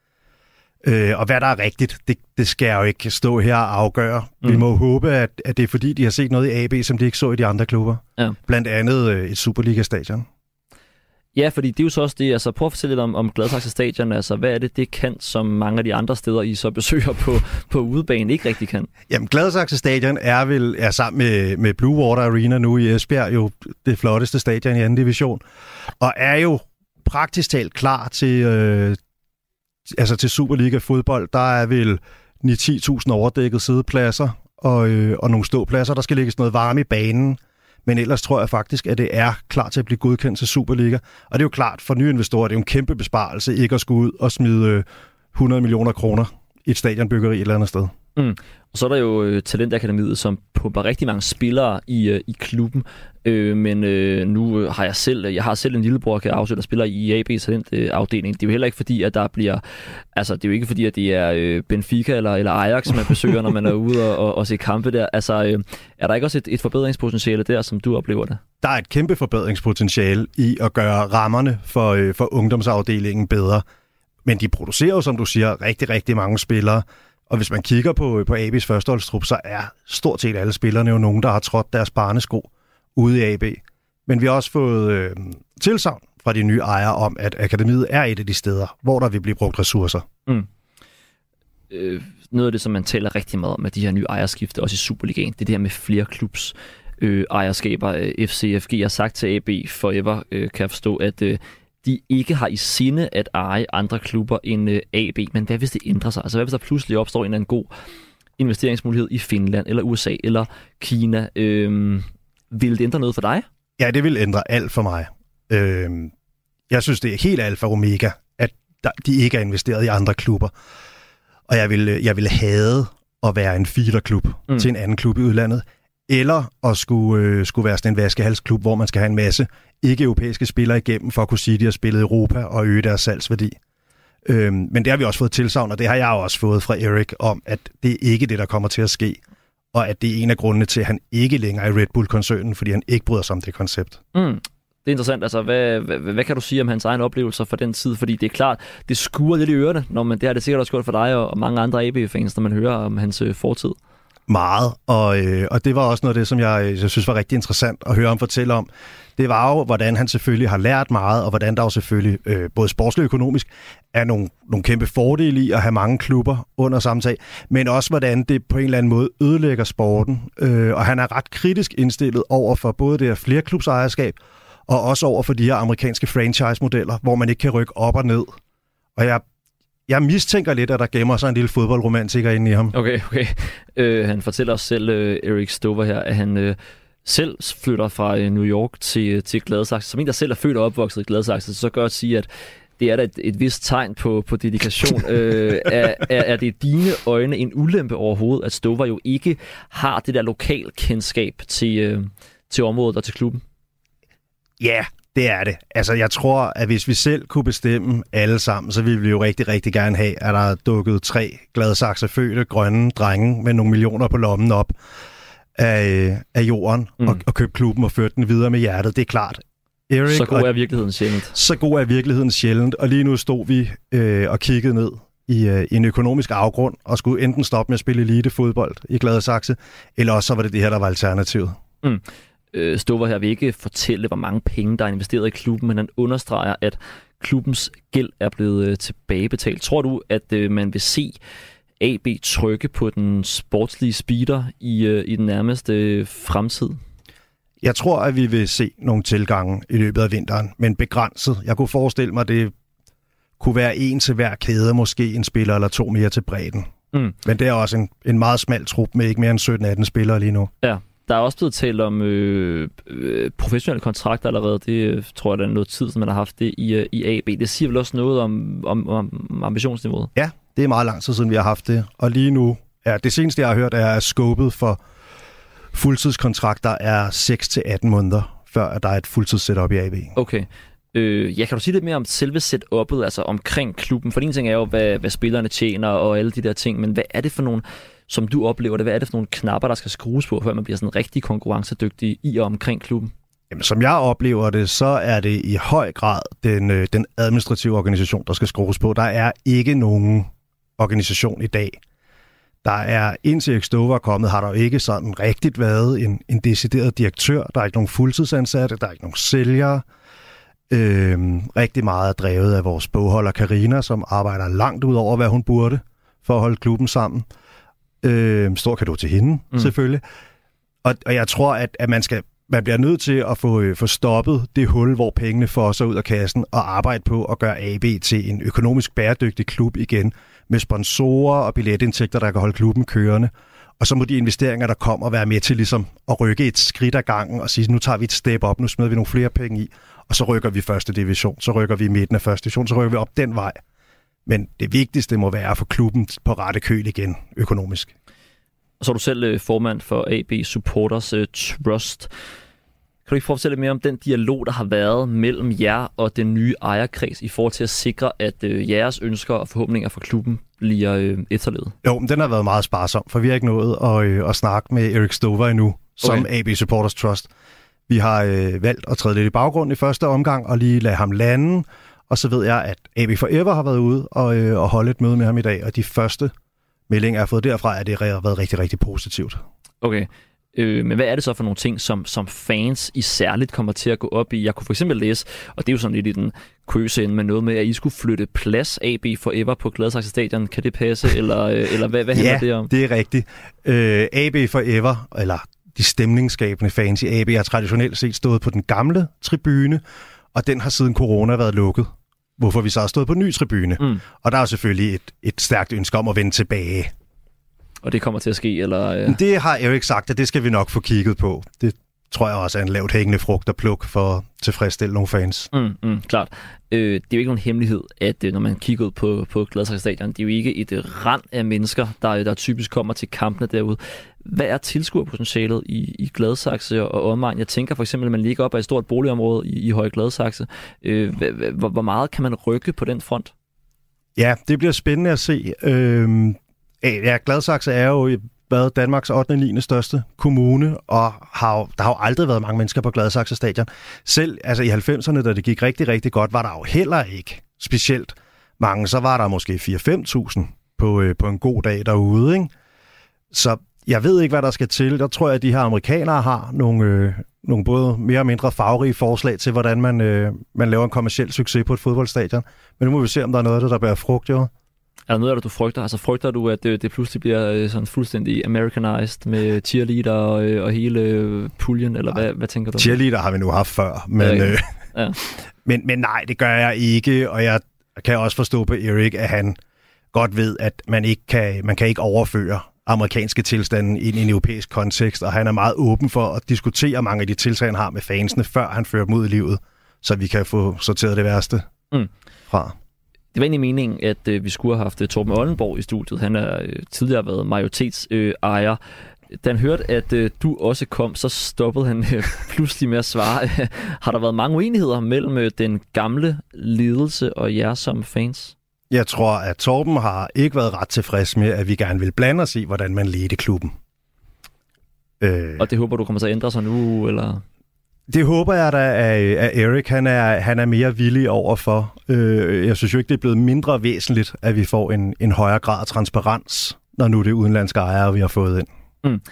Og hvad der er rigtigt, det skal jeg jo ikke stå her og afgøre. Vi må håbe, at det er fordi, de har set noget i AB, som de ikke så i de andre klubber. Ja. Blandt andet et Superliga-stadion. Ja, fordi det er jo så også det, altså prøv at fortælle lidt om Gladsaxe Stadion, altså hvad er det kan, som mange af de andre steder, I så besøger på udebane, ikke rigtig kan? Jamen, Gladsaxe Stadion er sammen med Blue Water Arena nu i Esbjerg jo det flotteste stadion i anden division, og er jo praktisk talt klar til Superliga-fodbold. Der er vel 9-10.000 overdækket siddepladser og nogle ståpladser. Der skal lægges noget varme i banen. Men ellers tror jeg faktisk, at det er klar til at blive godkendt til Superliga. Og det er jo klart, for nye investorer, det er jo en kæmpe besparelse ikke at skulle ud og smide 100 millioner kroner i et stadionbyggeri et eller andet sted. Og så er der jo Talentakademiet, som pumper rigtig mange spillere i klubben. Men nu har jeg har selv en lillebror, kan afsøge, der spiller i AB's talentafdeling. Det er jo heller ikke fordi, at der bliver... Altså, det er jo ikke fordi, at det er Benfica eller Ajax, man besøger, når man er ude og se kampe der. Altså, er der ikke også et forbedringspotentiale der, som du oplever det? Der er et kæmpe forbedringspotentiale i at gøre rammerne for ungdomsafdelingen bedre. Men de producerer jo, som du siger, rigtig, rigtig mange spillere. Og hvis man kigger på AB's førsteholdstrup, så er stort set alle spillerne jo nogen, der har trådt deres barnesko ude i AB. Men vi har også fået tilsagn fra de nye ejere om, at akademiet er et af de steder, hvor der vil blive brugt ressourcer. Noget af det, som man taler rigtig meget om med de her nye ejerskifte, også i Superligaen, det er det her med flere klubs ejerskaber. FCFG har sagt til AB Forever, kan jeg forstå, at de ikke har i sinde at eje andre klubber end AB. Men hvad hvis det ændrer sig? Altså hvad hvis der pludselig opstår en eller anden god investeringsmulighed i Finland, eller USA, eller Kina? Vil det ændre noget for dig? Ja, det vil ændre alt for mig. Jeg synes, det er helt alfa og omega, at de ikke er investeret i andre klubber. Og jeg vil hade at være en feederklub til en anden klub i udlandet, eller at skulle være sådan en vaskehalsklub, hvor man skal have en masse ikke-europæiske spillere igennem, for at kunne sige, at de har spillet i Europa og øge deres salgsværdi. Men det har vi også fået tilsagn, og det har jeg også fået fra Erik, om at det er ikke det, der kommer til at ske, og at det er en af grundene til, at han ikke længere er i Red Bull-koncernen, fordi han ikke bryder sig om det koncept. Det er interessant. Altså, hvad kan du sige om hans egen oplevelser for den tid? Fordi det er klart, det skuer lidt i ørerne, når det har det sikkert også gjort for dig og mange andre AB-fans, når man hører om hans fortid. Meget, og det var også noget af det, som jeg synes var rigtig interessant at høre ham fortælle om. Det var jo, hvordan han selvfølgelig har lært meget, og hvordan der jo selvfølgelig, både sportsligt og økonomisk, er nogle kæmpe fordele i at have mange klubber under samme tag, men også hvordan det på en eller anden måde ødelægger sporten. Og han er ret kritisk indstillet over for både det her flerklubsejerskab, og også over for de her amerikanske franchise-modeller, hvor man ikke kan rykke op og ned. Og jeg mistænker lidt, at der gemmer sig en lille fodboldromantiker inde i ham. Okay. Han fortæller os selv, Erik Stover her, at han selv flytter fra New York til Gladsaxe. Som en, der selv er født og opvokset i Gladsaxe, så gør at sige, at det er da et vist tegn på dedikation. Er det i dine øjne en ulempe overhovedet, at Stover jo ikke har det der lokalkendskab til området og til klubben? Ja, det er det. Altså, jeg tror, at hvis vi selv kunne bestemme alle sammen, så ville vi jo rigtig, rigtig gerne have, at der er dukket 3 Gladsaxe-fødte grønne drenge med nogle millioner på lommen op af jorden og købt klubben og ført den videre med hjertet. Det er klart. Erik, så god er virkeligheden sjældent. Så god er virkeligheden sjældent, og lige nu stod vi og kiggede ned i en økonomisk afgrund og skulle enten stoppe med at spille elitefodbold i Gladsaxe, eller også så var det her, der var alternativet. Stover her vil ikke fortælle, hvor mange penge, der er investeret i klubben, men han understreger, at klubbens gæld er blevet tilbagebetalt. Tror du, at man vil se AB trykke på den sportslige speeder i den nærmeste fremtid? Jeg tror, at vi vil se nogle tilgange i løbet af vinteren, men begrænset. Jeg kunne forestille mig, at det kunne være en til hver kæde, måske en spiller eller to mere til bredden. Men det er også en meget smal trup med ikke mere end 17-18 spillere lige nu. Ja. Der er også blevet talt om professionelle kontrakter allerede. Det tror jeg, der er noget tid, som man har haft det i AB. Det siger vel også noget om ambitionsniveauet? Ja, det er meget lang tid siden, vi har haft det. Og lige nu, det seneste, jeg har hørt, er, at scopet for fuldtidskontrakter er 6-18 måneder, før der er et fuldtidssetup i AB. Okay. Kan du sige lidt mere om selve setup'et, altså omkring klubben? For en ting er jo, hvad spillerne tjener og alle de der ting, men hvad er det for nogle, som du oplever det, hvad er det for nogle knapper, der skal skrues på, før man bliver sådan rigtig konkurrencedygtig i og omkring klubben? Jamen, som jeg oplever det, så er det i høj grad den administrative organisation, der skal skrues på. Der er ikke nogen organisation i dag. Der er, indtil Erik Stover er kommet, har der jo ikke sådan rigtigt været en decideret direktør. Der er ikke nogen fuldtidsansatte, der er ikke nogen sælgere. Rigtig meget er drevet af vores bogholder Karina, som arbejder langt ud over, hvad hun burde, for at holde klubben sammen. Stor cadeau til hende, selvfølgelig. Og jeg tror, at man bliver nødt til at få stoppet det hul, hvor pengene fosser ud af kassen, og arbejde på at gøre AB til en økonomisk bæredygtig klub igen, med sponsorer og billetindtægter, der kan holde klubben kørende. Og så må de investeringer, der kommer, være med til ligesom at rykke et skridt ad gangen og sige, nu tager vi et step op, nu smider vi nogle flere penge i, og så rykker vi første division, så rykker vi i midten af første division, så rykker vi op den vej. Men det vigtigste må være at få klubben på rette køl igen, økonomisk. Og så er du selv formand for AB Supporters Trust. Kan du ikke fortælle mere om den dialog, der har været mellem jer og den nye ejerkreds i forhold til at sikre, at jeres ønsker og forhåbninger for klubben bliver efterlevet? Jo, men den har været meget sparsom, for vi har ikke nået at snakke med Erik Stover endnu, som AB Supporters Trust. Vi har valgt at træde lidt i baggrunden i første omgang og lige lade ham lande. Og så ved jeg, at AB Forever har været ude og holde et møde med ham i dag, og de første meldinger, jeg har fået derfra, er det har været rigtig, rigtig positivt. Okay. Men hvad er det så for nogle ting, som fans i særligt kommer til at gå op i? Jeg kunne for eksempel læse, og det er jo sådan lidt i den køse ende, med noget med, at I skulle flytte plads AB Forever på Gladsaxe Stadion. Kan det passe, eller hvad handler det om? Ja, det er rigtigt. AB Forever, eller de stemningsskabende fans i AB, har traditionelt set stået på den gamle tribune, og den har siden corona været lukket. Hvorfor vi så har stået på en ny tribune. Og der er jo selvfølgelig et stærkt ønske om at vende tilbage. Og det kommer til at ske, eller? Det har Erik sagt, at det skal vi nok få kigget på. Det tror jeg også er en lavt hængende frugt at plukke for at tilfredsstille nogle fans. Klart. Det er jo ikke nogen hemmelighed, at når man kigger ud på Gladsaxe Stadion, det er jo ikke et rand af mennesker, der typisk kommer til kampene derude. Hvad er tilskuerpotentialet i Gladsaxe og omegn? Jeg tænker for eksempel, at man ligger op af et stort boligområde i Høje Gladsaxe. Hvor meget kan man rykke på den front? Ja, det bliver spændende at se. Gladsaxe er jo Danmarks 8. og 9. største kommune, og der har jo aldrig været mange mennesker på Gladsaxe Stadion. Selv altså i 90'erne, da det gik rigtig, rigtig godt, var der jo heller ikke specielt mange. Så var der måske 4-5.000 på en god dag derude, ikke? Så jeg ved ikke, hvad der skal til. Der tror jeg, at de her amerikanere har nogle både mere og mindre farverige forslag til, hvordan man laver en kommerciel succes på et fodboldstadion. Men nu må vi se, om der er noget af det, der bærer frugt, jo. Er der noget af det, du frygter? Altså frygter du, at det pludselig bliver sådan fuldstændig Americanized med cheerleader og hele puljen, eller hvad tænker du? Cheerleader har vi nu haft før, men men nej, det gør jeg ikke, og jeg kan også forstå på Erik, at han godt ved, at man kan ikke overføre amerikanske tilstande ind i en europæisk kontekst, og han er meget åben for at diskutere mange af de tiltag, han har med fansene, før han fører dem ud i livet, så vi kan få sorteret det værste fra. Det var egentlig meningen, at vi skulle have haft Torben Ollenborg i studiet. Han har tidligere været majoritetsejer. Da han hørte, at du også kom, så stoppede han pludselig med at svare. Har der været mange uenigheder mellem den gamle ledelse og jer som fans? Jeg tror, at Torben har ikke været ret tilfreds med, at vi gerne vil blande os i, hvordan man ledte klubben. Og det håber du kommer til at ændre sig nu, eller? Det håber jeg da, at Erik han er mere villig overfor. Jeg synes jo ikke, det er blevet mindre væsentligt, at vi får en højere grad af transparens, når nu det er udenlandske ejere, vi har fået ind.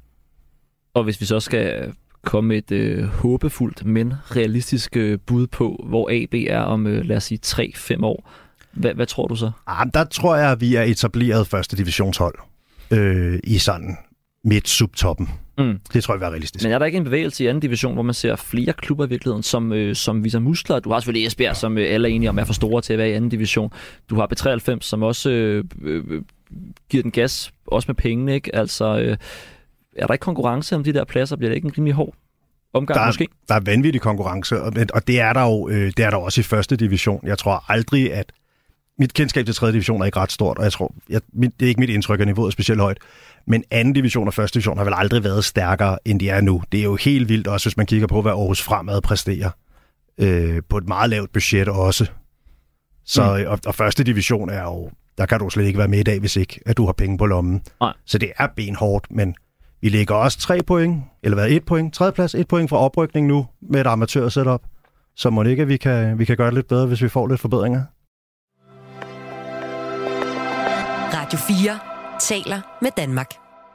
Og hvis vi så skal komme med et håbefuldt, men realistisk bud på, hvor AB er om, lad os sige, 3-5 år, Hvad tror du så? Der tror jeg, at vi er etableret første divisionshold i sådan midt-subtoppen. Det tror jeg er realistisk. Men er der ikke en bevægelse i anden division, hvor man ser flere klubber i virkeligheden, som viser muskler? Du har selvfølgelig Esbjerg, som alle er enige om er for store til at være i anden division. Du har B93, som også giver den gas, også med pengene, ikke? Altså, er der ikke konkurrence om de der pladser? Bliver det ikke en rimelig hård omgang måske? Der er vanvittig konkurrence, og det er der jo også i første division. Jeg tror aldrig, at mit kendskab til tredje division er ikke ret stort, og jeg tror, det er ikke mit indtryk, at niveauet er specielt højt. Men anden division og første division har vel aldrig været stærkere, end de er nu. Det er jo helt vildt også, hvis man kigger på, hvad Aarhus Fremad præsterer. På et meget lavt budget også. Så, og første division er jo, der kan du slet ikke være med i dag, hvis ikke, at du har penge på lommen. Nej. Så det er benhårdt, men vi ligger også 3 point, eller 1 point, tredjeplads, 1 point fra oprykning nu, med et amatør-setup. Så må det ikke, at vi kan gøre det lidt bedre, hvis vi får lidt forbedringer. Radio 4 taler med Danmark.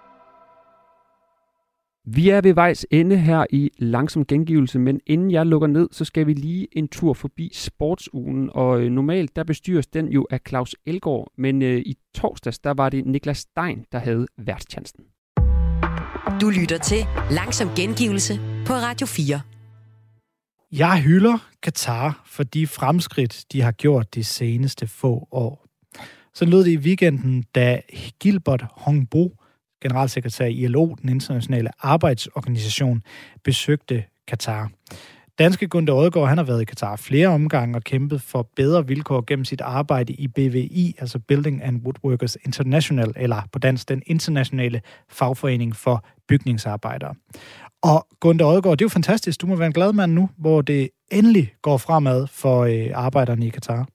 Vi er ved vejs ende her i Langsom Gengivelse, men inden jeg lukker ned, så skal vi lige en tur forbi Sportsugen. Og normalt, der bestyres den jo af Claus Elgaard, men i torsdags, der var det Niklas Stein, der havde værtschancen. Du lytter til Langsom Gengivelse på Radio 4. Jeg hylder Katar for de fremskridt, de har gjort de seneste få år. Så lød det i weekenden, da Gilbert Hongbo, generalsekretær i ILO, den internationale arbejdsorganisation, besøgte Katar. Danske Gunther Odgaard, han har været i Katar flere omgange og kæmpet for bedre vilkår gennem sit arbejde i BWI, altså Building and Woodworkers International, eller på dansk den internationale fagforening for bygningsarbejdere. Og Gunther Odgaard, det er jo fantastisk. Du må være en glad mand nu, hvor det endelig går fremad for arbejderne i Katar.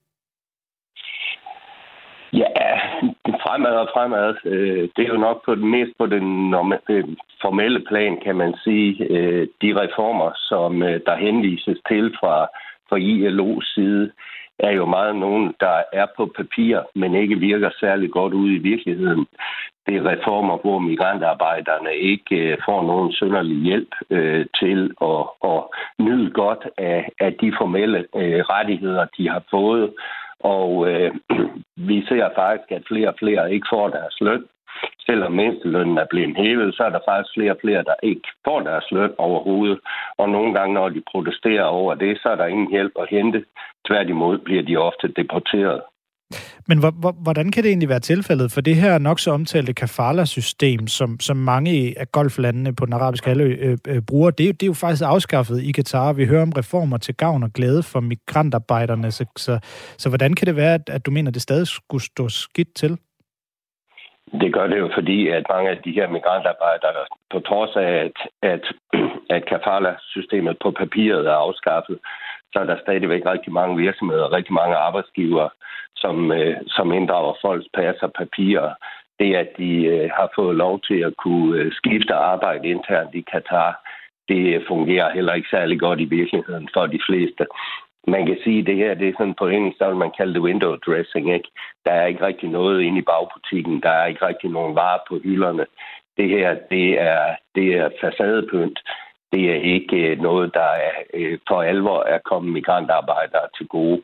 Ja, fremad. Det er jo nok på den formelle plan, kan man sige. De reformer, som der henvises til fra ILO's side, er jo meget nogen, der er på papir, men ikke virker særlig godt ude i virkeligheden. Det er reformer, hvor migrantarbejderne ikke får nogen synderlig hjælp til at nyde godt af de formelle rettigheder, de har fået. Og vi ser faktisk, at flere og flere ikke får deres løn. Selvom mindstelønnen er blevet hævet, så er der faktisk flere og flere, der ikke får deres løn overhovedet. Og nogle gange, når de protesterer over det, så er der ingen hjælp at hente. Tværtimod bliver de ofte deporteret. Men hvordan kan det egentlig være tilfældet? For det her nok så omtalte kafala-system, som mange af golflandene på den arabiske halvø bruger, det er jo faktisk afskaffet i Katar. Vi hører om reformer til gavn og glæde for migrantarbejderne. Så hvordan kan det være, at du mener, at det stadig skulle stå skidt til? Det gør det jo, fordi at mange af de her migrantarbejdere, på trods af, at kafala-systemet på papiret er afskaffet, så er der stadigvæk rigtig mange virksomheder og rigtig mange arbejdsgivere, som inddrager folks pas og papirer. Det, at de har fået lov til at kunne skifte arbejde internt i Katar, det fungerer heller ikke særlig godt i virkeligheden for de fleste. Man kan sige, at det her det er sådan på engelsk, der vil man kalde det window dressing, ikke? Der er ikke rigtig noget inde i bagbutikken. Der er ikke rigtig nogen varer på hylderne. Det her, det er facadepynt. Det er ikke noget, der for alvor er kommet migrantarbejdere til gode.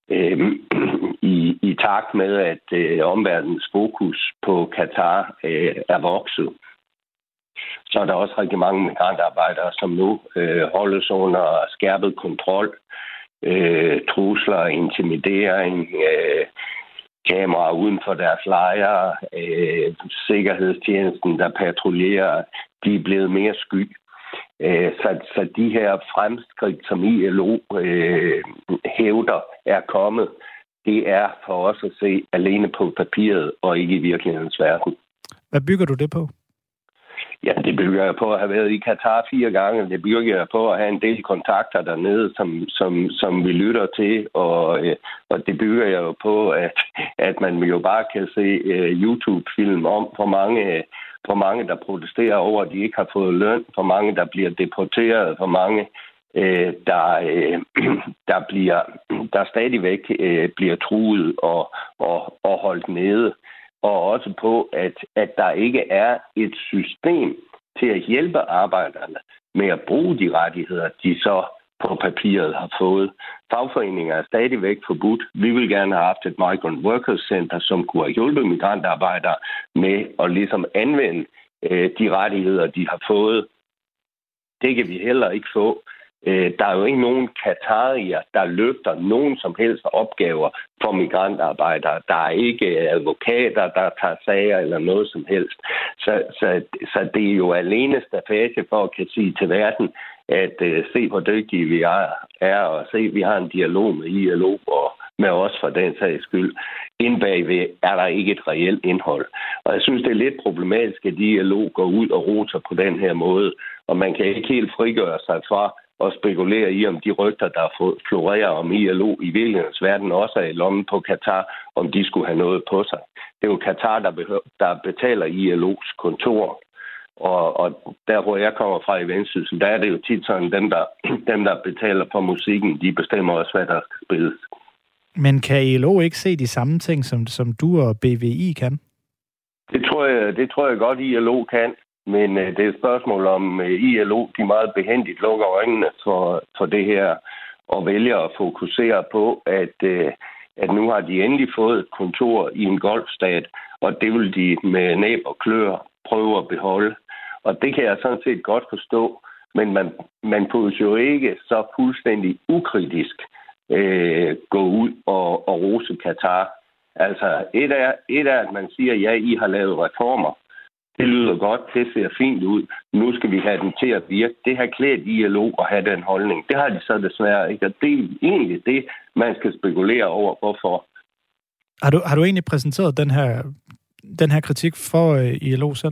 I takt med, at omverdenens fokus på Katar er vokset, så er der også rigtig mange migrantarbejdere, som nu holdes under skærpet kontrol. Trusler, intimidering, kameraer uden for deres lejre, sikkerhedstjenesten, der patruljerer, de er blevet mere sky. Så de her fremskridt, som ILO hævder er kommet, det er for os at se alene på papiret og ikke i virkelighedens verden. Hvad bygger du det på? Ja, det bygger jeg på at have været i Katar 4 gange. Det bygger jeg på at have en del kontakter dernede, som vi lytter til. Og det bygger jeg jo på, at man jo bare kan se YouTube-film om, hvor mange der protesterer over, at de ikke har fået løn, hvor mange der bliver deporteret, hvor mange der stadigvæk bliver truet og holdt nede. Og også på, at der ikke er et system til at hjælpe arbejderne med at bruge de rettigheder, de så på papiret har fået. Fagforeninger er stadigvæk forbudt. Vi vil gerne have haft et Migrant Workers Center, som kunne have hjulpet migrantarbejdere med at ligesom anvende de rettigheder, de har fået. Det kan vi heller ikke få. Der er jo ikke nogen qatarier, der løfter nogen som helst opgaver for migrantarbejdere. Der er ikke advokater, der tager sager eller noget som helst. Så det er jo alene stafage for at kan sige til verden, at se hvor dygtige vi er, og se, at vi har en dialog med ILO og med os for den sags skyld. Inden bagved er der ikke et reelt indhold. Og jeg synes, det er lidt problematisk, at ILO går ud og roter på den her måde, og man kan ikke helt frigøre sig fra og spekulere i, om de rygter, der florerer om ILO i virkelighedens verden, også er i lommen på Katar, om de skulle have noget på sig. Det er jo Katar, der betaler ILO's kontor. Og der, hvor jeg kommer fra i Vendsyssel, der er det jo tit sådan, dem, der betaler for musikken, de bestemmer også, hvad der skal spilles. Men kan ILO ikke se de samme ting, som du og BVI kan? Det tror jeg godt, ILO kan. Men det er et spørgsmål om ILO, de meget behendigt lukker øjnene for det her, og vælger at fokusere på, at nu har de endelig fået et kontor i en golfstat, og det vil de med næb og klør prøve at beholde. Og det kan jeg sådan set godt forstå, men man kunne jo ikke så fuldstændig ukritisk gå ud og rose Katar. Altså, et er, at man siger, ja, I har lavet reformer. Det lyder godt, det ser fint ud. Nu skal vi have den til at virke. Det har klædt ILO at have den holdning. Det har de så desværre ikke, og det er egentlig det, man skal spekulere over, hvorfor. Har du egentlig præsenteret den her kritik for ILO selv?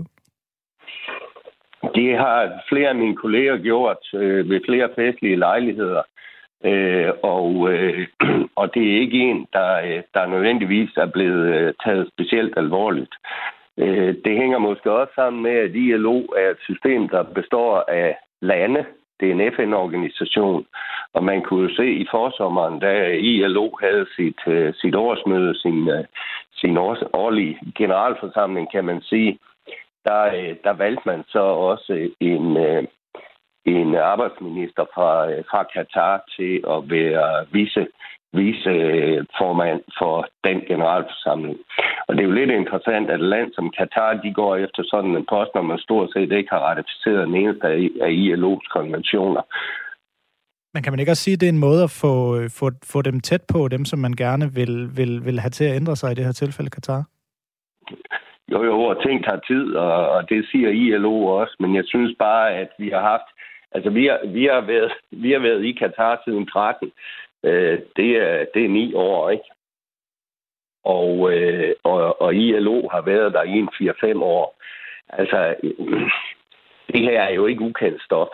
Det har flere af mine kolleger gjort ved flere festlige lejligheder. Og det er ikke en, der nødvendigvis er blevet taget specielt alvorligt. Det hænger måske også sammen med, at ILO er et system, der består af lande. Det er en FN-organisation, og man kunne jo se i forsommeren, da ILO havde sit årsmøde, sin årlige generalforsamling, kan man sige, der valgte man så også en arbejdsminister fra Katar til at være viceformand for den generalforsamling. Og det er jo lidt interessant, at et land som Katar, de går efter sådan en post, når man stort set ikke har ratificeret den eneste af ILO's konventioner. Men kan man ikke også sige, at det er en måde at få dem tæt på, dem som man gerne vil have til at ændre sig i det her tilfælde, Katar? Jo, og ting tager tid, og det siger ILO også, men jeg synes bare, at vi har haft, altså vi har været i Katar siden 13. Det er 9 år, ikke? Og ILO har været der i en 4-5 år. Altså, det her er jo ikke ukendt stof.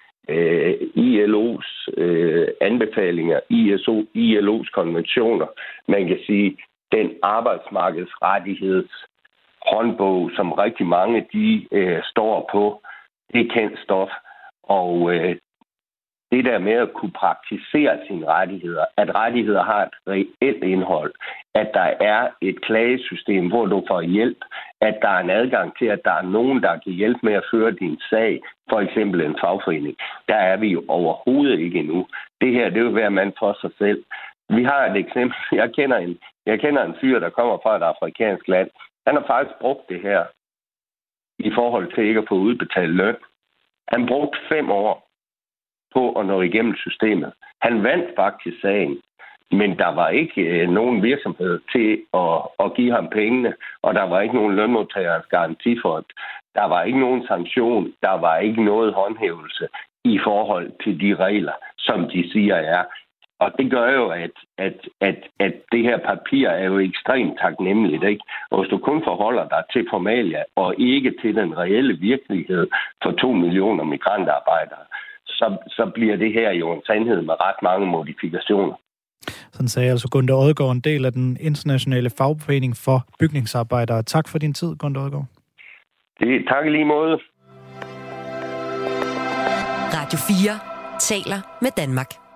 ILO's anbefalinger, ILO's konventioner, man kan sige, den arbejdsmarkedsrettigheds håndbog, som rigtig mange de står på, det er kendt stof. Og det der med at kunne praktisere sine rettigheder, at rettigheder har et reelt indhold, at der er et klagesystem, hvor du får hjælp, at der er en adgang til, at der er nogen, der kan hjælpe med at føre din sag, for eksempel en fagforening. Der er vi jo overhovedet ikke endnu. Det her, det vil være mand for sig selv. Vi har et eksempel. Jeg kender en fyr, der kommer fra et afrikansk land. Han har faktisk brugt det her i forhold til ikke at få udbetalt løn. Han brugte 5 år på at nå igennem systemet. Han vandt faktisk sagen, men der var ikke nogen virksomhed til at give ham pengene, og der var ikke nogen lønmodtagerens garantifond. Der var ikke nogen sanktion, der var ikke noget håndhævelse i forhold til de regler, som de siger er. Og det gør jo, at det her papir er jo ekstremt taknemmeligt, ikke? Og hvis du kun forholder dig til formalia og ikke til den reelle virkelighed for 2 millioner migrantarbejdere, så bliver det her jo en sandhed med ret mange modifikationer. Sådan sagde altså Gunther Odgaard, en del af den internationale fagforening for bygningsarbejdere. Tak for din tid, Gunther Odgaard. Tak i lige måde. Radio 4 taler med Danmark.